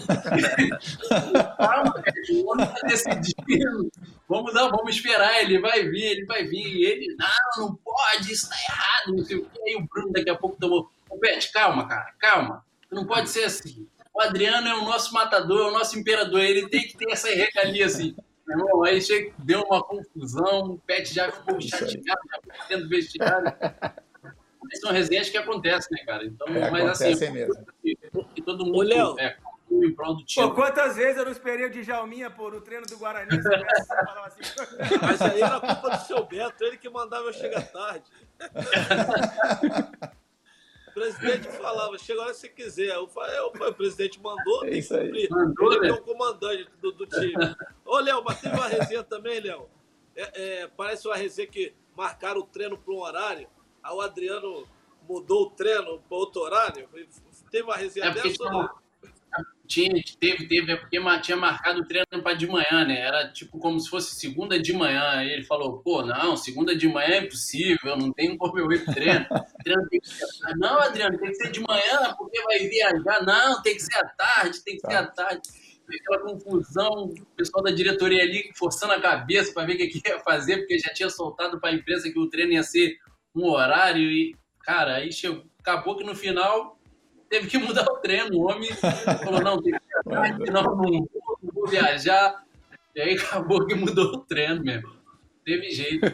Calma, Pet, o homem está decidindo. Vamos dar, vamos esperar, ele vai vir, ele vai vir. E ele, não, não pode, isso tá errado, não sei o quê. Aí o Bruno daqui a pouco tomou, ô Pet, calma, cara, calma. Não pode ser assim. O Adriano é o nosso matador, é o nosso imperador, ele tem que ter essa regalia assim. Irmão, aí chega, deu uma confusão, o Pet já ficou chateado, já ficou dentro do vestiário. Mas são resenhas que acontecem, né, cara? Então, É, mas assim, mesmo. Que, que todo mundo Ô, Léo. é em prol do time. Pô, quantas vezes eu não esperei o Djalminha, pô, no treino do Guarani, se tivesse falava assim. Mas aí era culpa do seu Beto, ele que mandava eu chegar tarde. O presidente falava, chega a hora que você quiser. Eu falei, eu, o presidente mandou, É tem isso que aí. cumprir. Mandou, Ele né? é o comandante do, do time. Ô, Léo, mas teve uma resenha também, Léo. É, é, parece uma resenha que marcaram o treino para um horário, aí o Adriano mudou o treino para outro horário. Teve uma resenha É porque dessa ou tinha, não? tinha, teve, teve, é porque ma- tinha marcado o treino para de manhã, né? Era tipo como se fosse segunda de manhã. Aí ele falou, pô, não, segunda de manhã é impossível, não tem como eu ir pro treino. treino tem que ser à tarde. Não, Adriano, tem que ser de manhã, porque vai viajar. Não, tem que ser à tarde, tem que ser à tarde. Aquela confusão, o pessoal da diretoria ali forçando a cabeça para ver o que, que ia fazer, porque já tinha soltado para a imprensa que o treino ia ser um horário. E, cara, aí chegou, acabou que no final teve que mudar o treino. O homem falou, não, tem que ser à tarde, não, não, vou, não vou viajar. E aí acabou que mudou o treino mesmo. Teve jeito.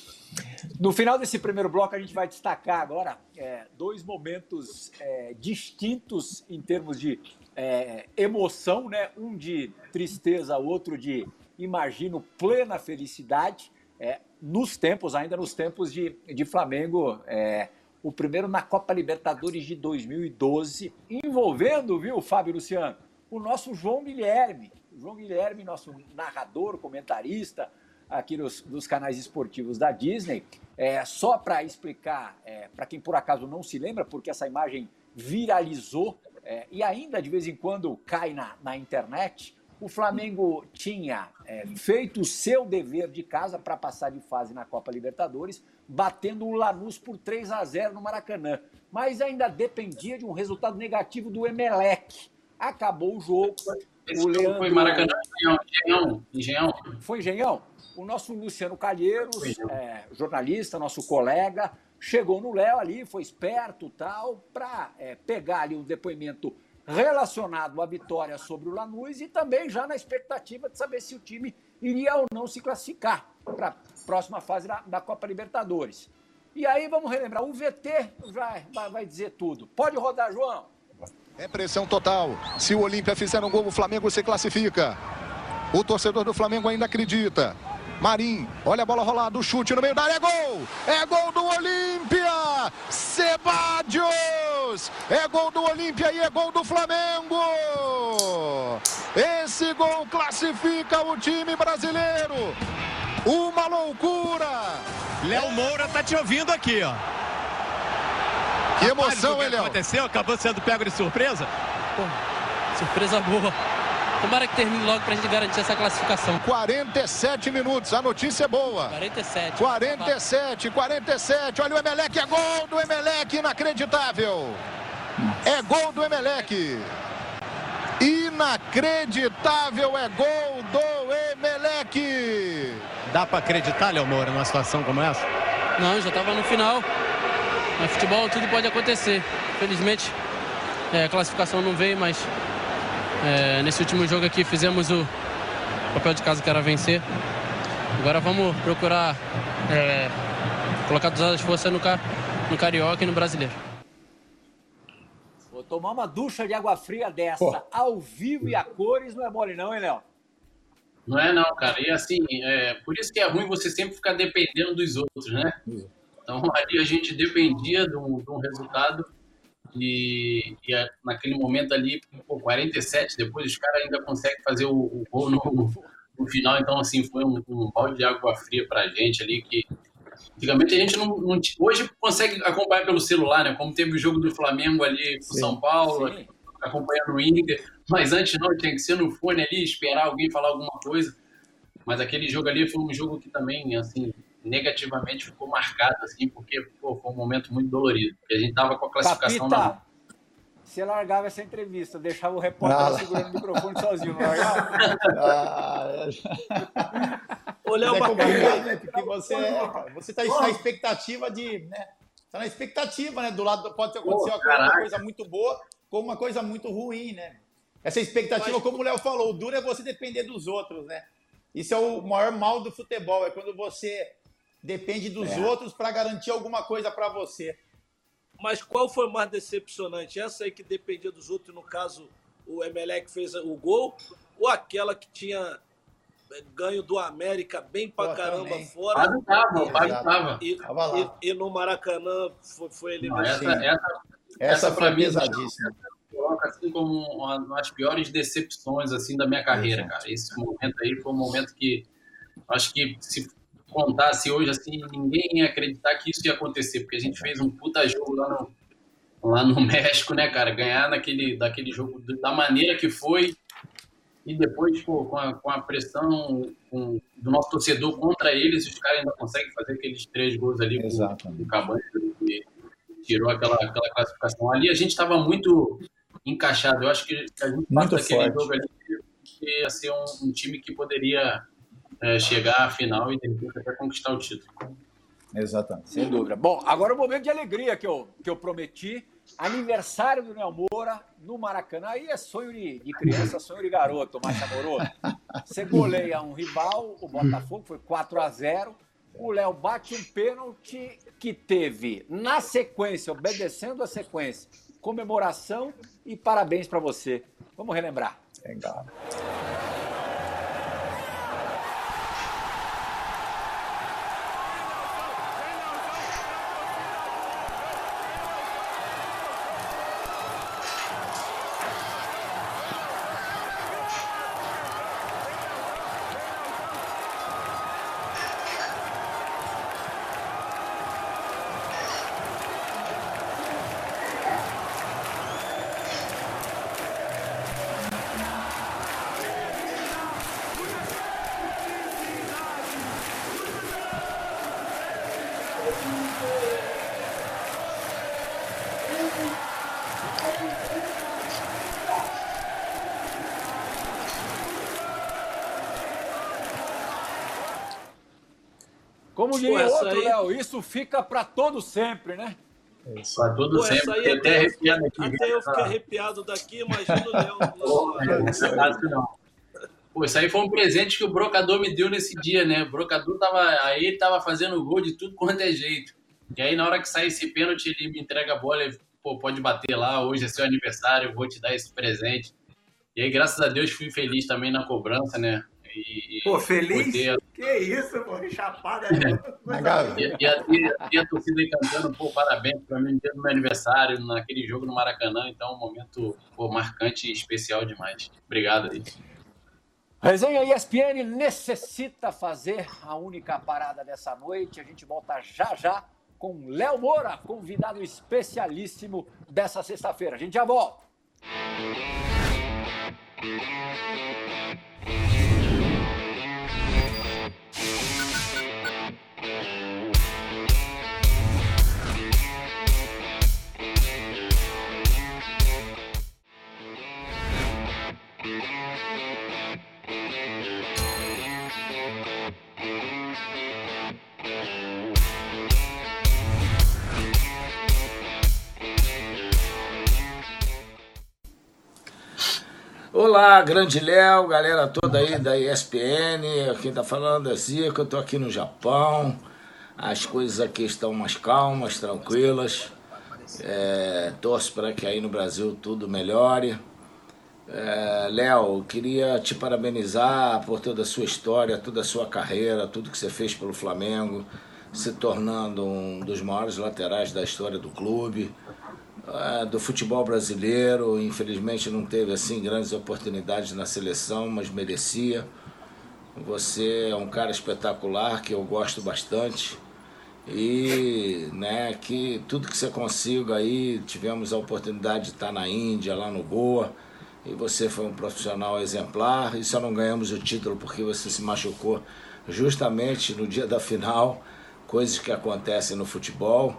No final desse primeiro bloco, a gente vai destacar agora é, dois momentos é, distintos em termos de é, emoção, né? Um de tristeza, outro de, imagino, plena felicidade, é, nos tempos, ainda nos tempos de, de Flamengo, é, o primeiro na Copa Libertadores de dois mil e doze, envolvendo, viu, Fábio Luciano, o nosso João Guilherme. O João Guilherme, nosso narrador, comentarista, aqui nos, nos canais esportivos da Disney. É, só para explicar, é, para quem por acaso não se lembra, porque essa imagem viralizou é, e ainda de vez em quando cai na, na internet, o Flamengo tinha é, feito o seu dever de casa para passar de fase na Copa Libertadores, batendo o Lanús por três a zero no Maracanã, mas ainda dependia de um resultado negativo do Emelec. Acabou o jogo. Esse o jogo Leandro... foi Maracanã, Engenhão, Engenhão. Foi Engenhão? O nosso Luciano Calheiros, é, jornalista, nosso colega, chegou no Léo ali, foi esperto tal, para é, pegar ali um depoimento relacionado à vitória sobre o Lanús e também já na expectativa de saber se o time iria ou não se classificar para a próxima fase da, da Copa Libertadores. E aí vamos relembrar, o V T já vai, vai dizer tudo. Pode rodar, João. É pressão total. Se o Olímpia fizer um gol, o Flamengo se classifica. O torcedor do Flamengo ainda acredita. Marinho, olha a bola rolada, o chute no meio da área, é gol! É gol do Olímpia! Sebadios! É gol do Olímpia e é gol do Flamengo! Esse gol classifica o time brasileiro! Uma loucura! Léo Moura tá te ouvindo aqui, ó. Que emoção, Rapaz, o hein, que Léo? aconteceu? Acabou sendo pego de surpresa? Pô, surpresa boa. Tomara que termine logo pra gente garantir essa classificação. quarenta e sete minutos, a notícia é boa. quarenta e sete. quarenta e sete, quarenta e sete, olha o Emelec, é gol do Emelec, inacreditável. É gol do Emelec. Inacreditável, é gol do Emelec. Dá pra acreditar, Léo Moura, numa situação como essa? Não, já tava no final. No futebol tudo pode acontecer. Felizmente, é, a classificação não veio, mas é, nesse último jogo aqui fizemos o papel de casa que era vencer. Agora vamos procurar é, colocar todas as forças no, no Carioca e no Brasileiro. Vou tomar uma ducha de água fria dessa, Pô. ao vivo e a cores, não é mole não, hein, Léo? Não é não, cara. E assim, é, por isso que é ruim você sempre ficar dependendo dos outros, né? Então ali a gente dependia de um, de um resultado e, e a, naquele momento ali, pô, quarenta e sete, depois os caras ainda conseguem fazer o, o gol no, no final. Então assim, foi um, um balde de água fria pra gente ali que antigamente a gente não, não... Hoje consegue acompanhar pelo celular, né? Como teve o jogo do Flamengo ali com São Paulo, sim. acompanhando o Inter. Mas antes não, tinha que ser no fone ali, esperar alguém falar alguma coisa. Mas aquele jogo ali foi um jogo que também, assim, negativamente ficou marcado, assim, porque pô, foi um momento muito dolorido. Porque a gente tava com a classificação Capita, na... você largava essa entrevista, deixava o repórter ah, segurando o microfone sozinho, não largava? Ah, Olha uma coisa, né? Porque você você está na expectativa de, né? Tá na expectativa, né? Do lado pode acontecer oh, uma coisa muito boa, como uma coisa muito ruim, né? Essa expectativa, Mas... como o Léo falou, o duro é você depender dos outros, né? Isso é o maior mal do futebol, é quando você depende dos é. outros para garantir alguma coisa para você. Mas qual foi mais decepcionante? Essa aí que dependia dos outros, no caso o Emelec fez o gol, ou aquela que tinha ganho do América bem pra Pô, caramba também. fora? Fábio tava, o Fábio tava. E, e, e no Maracanã foi, foi eliminado. Essa, essa, essa, essa pra mim coloca assim como uma das piores decepções assim da minha carreira, Exato. cara. Esse momento aí foi um momento que acho que se contasse hoje assim, ninguém ia acreditar que isso ia acontecer, porque a gente fez um puta jogo lá no, lá no México, né, cara? Ganhar naquele, daquele jogo da maneira que foi. E depois, pô, com, a, com a pressão com, do nosso torcedor contra eles, os caras ainda conseguem fazer aqueles três gols ali com o Cabanha, que tirou aquela, aquela classificação. Ali a gente estava muito encaixado. Eu acho que a gente passa daquele jogo ali que ia ser um, um time que poderia é, chegar à final e de repente até conquistar o título. Exatamente. Sem dúvida. Bom, agora o momento de alegria que eu, que eu prometi. Aniversário do Léo Moura no Maracanã. Aí é sonho de, de criança, sonho de garoto, mais amoroso. Você goleia um rival, o Botafogo, foi quatro a zero. O Léo bate um pênalti que teve, na sequência, obedecendo a sequência, comemoração e parabéns para você. Vamos relembrar. Legal. Como diria outro, aí... Léo, isso fica para todo sempre, né? Para todo Pô, sempre. Aí, até, arrepiado aqui, até eu fiquei arrepiado daqui, imagina o Léo. Não. Pô, isso aí foi um presente que o Brocador me deu nesse dia, né? O Brocador tava aí, ele tava fazendo gol de tudo quanto é jeito. E aí, na hora que sai esse pênalti, ele me entrega a bola e, pô, pode bater lá, hoje é seu aniversário, eu vou te dar esse presente. E aí, graças a Deus, fui feliz também na cobrança, né? E, pô, feliz? Poder... Que isso, pô, chapada. É. E, e, a, e a torcida aí cantando, pô, parabéns para mim, no meu aniversário, naquele jogo no Maracanã. Então, um momento pô, marcante e especial demais. Obrigado aí. Resenha E S P N necessita fazer a única parada dessa noite. A gente volta já já com Léo Moura, convidado especialíssimo dessa sexta-feira. A gente já volta. Olá, grande Léo, galera toda aí da E S P N, quem tá falando é Zico, eu tô aqui no Japão, as coisas aqui estão mais calmas, tranquilas, é, torço para que aí no Brasil tudo melhore. É, Léo, queria te parabenizar por toda a sua história, toda a sua carreira, tudo que você fez pelo Flamengo, se tornando um dos maiores laterais da história do clube. Do futebol brasileiro, infelizmente não teve assim grandes oportunidades na seleção, mas merecia. Você é um cara espetacular que eu gosto bastante e né, que tudo que você consiga aí, tivemos a oportunidade de estar na Índia, lá no Goa, e você foi um profissional exemplar e só não ganhamos o título porque você se machucou justamente no dia da final. coisas que acontecem no futebol.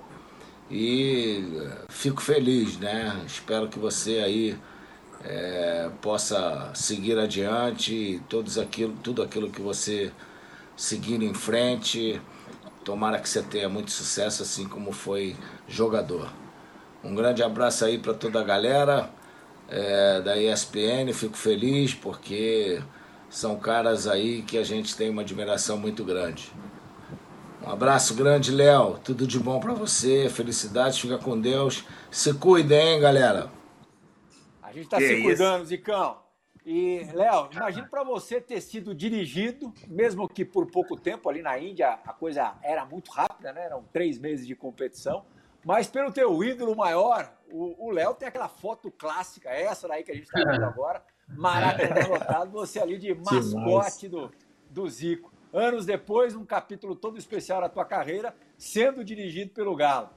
E fico feliz, né? Espero que você aí é, possa seguir adiante e todos aquilo, tudo aquilo que você seguir em frente. Tomara que você tenha muito sucesso, assim como foi jogador. Um grande abraço aí para toda a galera é, da E S P N. Fico feliz porque são caras aí que a gente tem uma admiração muito grande. Um abraço grande, Léo. Tudo de bom pra você. Felicidades, fica com Deus. Se cuidem, hein, galera. A gente tá que se isso? cuidando, Zicão. E, Léo, imagino pra você ter sido dirigido, mesmo que por pouco tempo ali na Índia, a coisa era muito rápida, né? Eram três meses de competição. Mas pelo teu ídolo maior, o Léo tem aquela foto clássica, essa daí que a gente tá vendo agora, Maracanã lotado, você ali de mascote do, do Zico. Anos depois, um capítulo todo especial na tua carreira, sendo dirigido pelo Galo.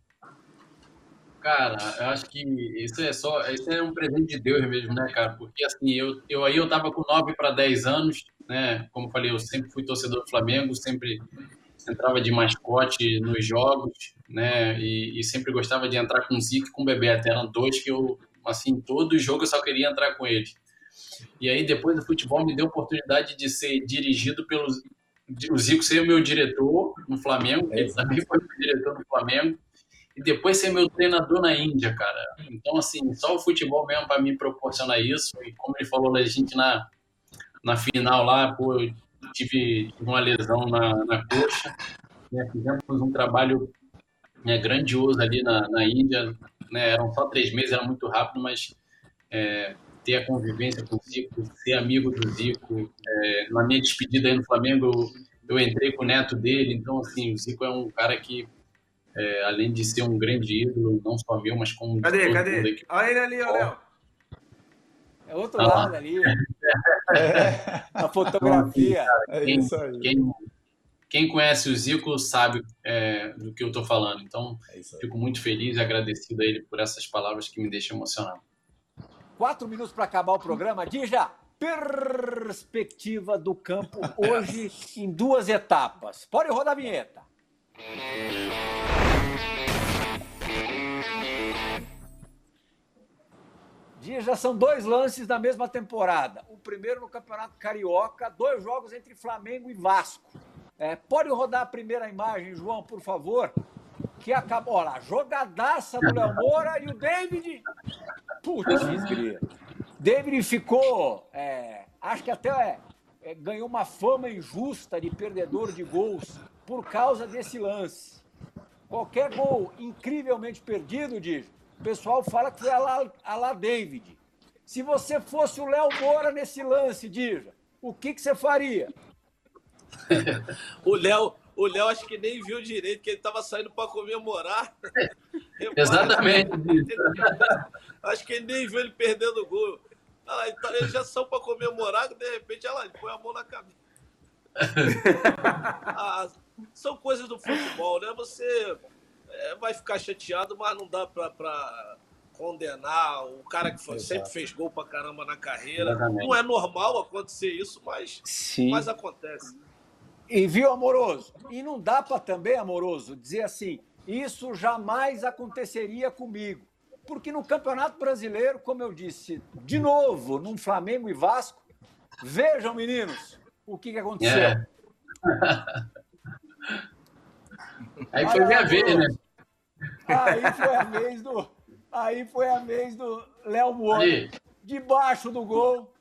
Cara, eu acho que isso é só, isso é um presente de Deus mesmo, né, cara? Porque assim, eu, eu aí eu tava com nove para dez anos, né? Como eu falei, eu sempre fui torcedor do Flamengo, sempre entrava de mascote nos jogos, né? E, e sempre gostava de entrar com o Zico e com o Bebeto. Eram dois que eu, assim, todo jogo eu só queria entrar com eles. E aí, depois do futebol, me deu a oportunidade de ser dirigido pelo... O Zico ser meu diretor no Flamengo, ele também foi meu diretor no Flamengo, e depois ser meu treinador na Índia, cara. Então, assim, só o futebol mesmo para me proporcionar isso. E como ele falou, a gente na, na final lá, pô, eu tive, tive uma lesão na, na coxa, né? Fizemos um trabalho, né, grandioso ali na, na Índia, né? Eram só três meses, era muito rápido, mas... É, ter a convivência com o Zico, ser amigo do Zico. É, na minha despedida aí no Flamengo, eu, eu entrei com o neto dele. Então, assim, o Zico é um cara que, é, além de ser um grande ídolo, não só meu, mas como... Cadê, cadê? Olha ele ali, ó, Léo. É outro ah, lado ali. É. A fotografia. Então, assim, cara, quem, é isso aí. Quem, quem conhece o Zico sabe é, do que eu estou falando. Então, é fico muito feliz e agradecido a ele por essas palavras que me deixam emocionado. Quatro minutos para acabar o programa. Dija, perspectiva do campo hoje em duas etapas. Pode rodar a vinheta. Dija, são dois lances da mesma temporada. O primeiro no Campeonato Carioca, dois jogos entre Flamengo e Vasco. É, pode rodar a primeira imagem, João, por favor? Que acabou, olha lá, jogadaça do Léo Moura e o David... Putz, grilo. David ficou, é, acho que até é, é, ganhou uma fama injusta de perdedor de gols por causa desse lance. Qualquer gol incrivelmente perdido, diz, o pessoal fala que foi a lá, a lá David. Se você fosse o Léo Moura nesse lance, diz, o que, que você faria? O Léo... O Léo acho que nem viu direito, que ele estava saindo para comemorar. Exatamente. Acho que ele nem viu ele perdendo o gol. Ah, então, eles já são para comemorar, de repente, olha lá, ele põe a mão na cabeça. Ah, são coisas do futebol, né? Você é, vai ficar chateado, mas não dá para condenar o cara que foi, sempre fez gol para caramba na carreira. Exatamente. Não é normal acontecer isso, mas, mas acontece. E viu, Amoroso? E não dá para também, Amoroso, dizer assim, isso jamais aconteceria comigo. Porque no Campeonato Brasileiro, como eu disse, de novo, num Flamengo e Vasco, vejam, meninos, o que, que aconteceu. É. Aí foi minha vez, né? Aí foi a vez do, aí foi a vez do Léo Moura, aí, debaixo do gol.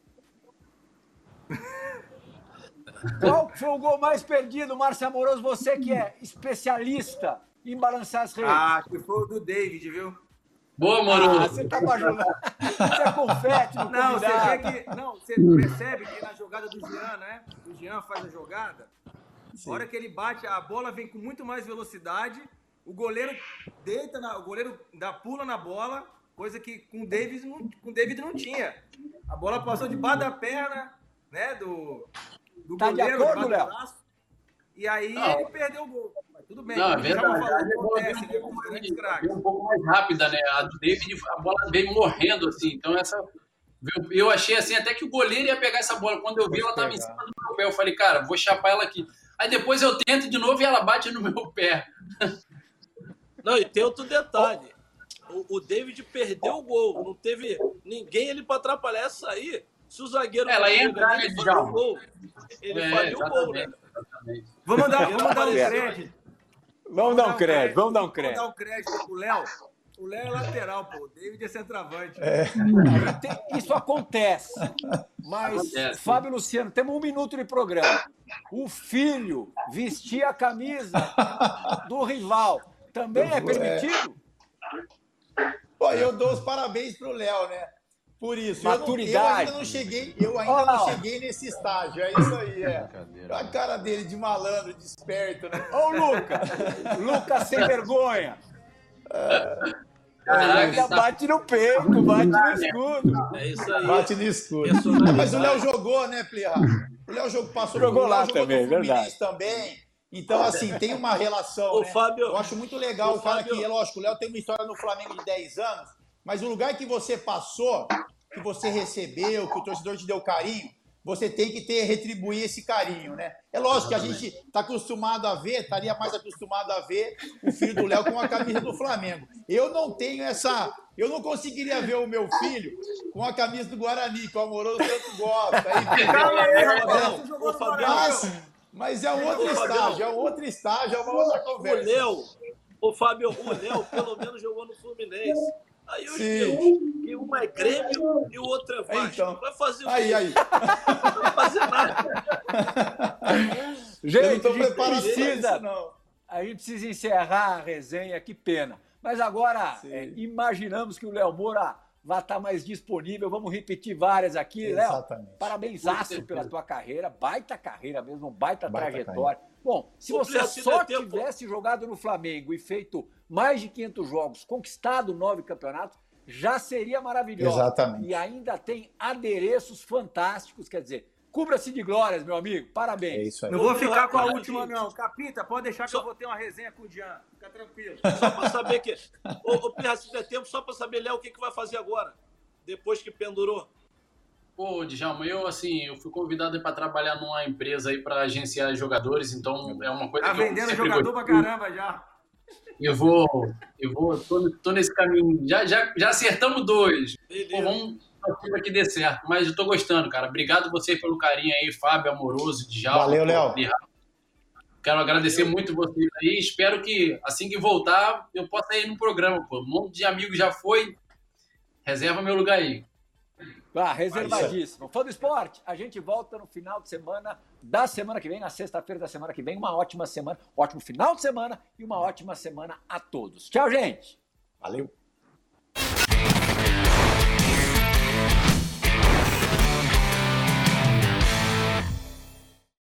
Qual foi o gol mais perdido, Márcio Amoroso? Você que é especialista em balançar as redes. Ah, que foi o do David, viu? Boa, Amoroso. Ah, você tá bajulando. Você é confete no não, você vê que, não, você percebe que na jogada do Jean, né? O Jean faz a jogada. Sim. A hora que ele bate, a bola vem com muito mais velocidade. O goleiro deita, na, o goleiro dá pula na bola, coisa que com o David não, com o David não tinha. A bola passou debaixo da perna, né? Do Do tá goleiro, de acordo, Léo? E aí não. Ele perdeu o gol. Mas tudo bem. Não, é verdade. Falou, acontece, né, um, pouco, um pouco mais rápida, né? A do David, a bola veio morrendo, assim. Então, essa... Eu achei, assim, até que o goleiro ia pegar essa bola. Quando eu vi, ela estava em cima do meu pé. Eu falei, cara, vou chapar ela aqui. Aí depois eu tento de novo e ela bate no meu pé. Não, e tem outro detalhe. O, o David perdeu o gol. Não teve ninguém ali para atrapalhar essa aí. Se o zagueiro ela ia chega, entrar, ele né, falhou o gol. Ele É, falhou o gol, né? exatamente. Vamos dar, vamos dar um Apareceu. crédito. Vamos dar um crédito, vamos dar um Vamos crédito. dar um crédito pro Léo. O Léo é lateral, pô. O David é centroavante. Aí tem- Isso acontece. Mas, Acontece. Fábio Luciano, temos um minuto de programa. O filho vestir a camisa do rival também é permitido? Pô, eu dou os parabéns pro Léo, né? Por isso. Eu, não, eu Maturidade. ainda não cheguei, eu ainda Olha lá, não ó. cheguei nesse estágio. É isso aí, é. A cara dele de malandro, de esperto, né? Ô, Luca! Luca sem vergonha! Caraca, Ainda tá- bate no peito, bate no escudo. É isso aí. Bate no escuro. Personalidade. Mas o Léo jogou, né, Plirra? O Léo jogou, passou Jogou o lá Léo jogou também, no Fluminense verdade. também. Então, assim, tem uma relação, Ô, né? Fábio. Eu acho muito legal Ô, o cara Fábio. que, é lógico, o Léo tem uma história no Flamengo de dez anos, mas o lugar que você passou, que você recebeu, que o torcedor te deu carinho, você tem que ter, retribuir esse carinho, né? É lógico que a gente está acostumado a ver, estaria mais acostumado a ver o filho do Léo com a camisa do Flamengo. Eu não tenho essa... Eu não conseguiria ver o meu filho com a camisa do Guarani, que o Amoroso tanto gosta. Aí, Calma aí, rapaz. Não, Você jogou ô, no Fabião. Flamengo. mas, mas é um outro Ô, Fabião. estágio, é um outro estágio, é uma outra O conversa. Léo, o Fábio, o Léo pelo menos jogou no Fluminense. Aí os Sim. meus, que um é Grêmio e o outro é Vasco. Então. Vai fazer o quê? Aí, aí. Não vai fazer nada. Gente, Eu não a estou gente preparado para precisa, isso, não. a gente precisa encerrar a resenha, que pena. Mas agora, Sim. é, imaginamos que o Léo Moura vai estar mais disponível. Vamos repetir várias aqui, Léo. Exatamente. Parabenzaço pela tua carreira, baita carreira mesmo, baita, Baita trajetória. Bom, se Ô, você Plirra, se só der tempo- tivesse jogado no Flamengo e feito mais de quinhentos jogos, conquistado nove campeonatos, já seria maravilhoso. Exatamente. E ainda tem adereços fantásticos, quer dizer, cubra-se de glórias, meu amigo. Parabéns. É isso aí. Não vou ficar com a Rapidinho. última, não. Capita, pode deixar que Só- eu vou ter uma resenha com o Jean. Fica tranquilo. Só para saber que. Ô, ô Pirra, se der tempo, só para saber, Léo, o que, que vai fazer agora? Depois que pendurou. Pô, Djalma, eu assim, eu fui convidado para trabalhar numa empresa aí para agenciar jogadores, então é uma coisa Tá que eu vendendo sempre jogador pra gostei. caramba já. Eu vou, eu vou, tô, tô nesse caminho. Já, já, já acertamos dois. Beleza. Pô, vamos torcer para que dê certo. Mas eu tô gostando, cara. Obrigado você pelo carinho aí, Fábio, Amoroso, Djalma. Valeu, pô, Léo. Plirra. Quero agradecer muito vocês aí. Espero que assim que voltar eu possa ir no programa, pô. Um monte de amigo já foi. Reserva meu lugar aí. Ah, reservadíssimo. Fã do esporte, a gente volta no final de semana da semana que vem, na sexta-feira da semana que vem. Uma ótima semana, ótimo final de semana e uma ótima semana a todos. Tchau, gente! Valeu.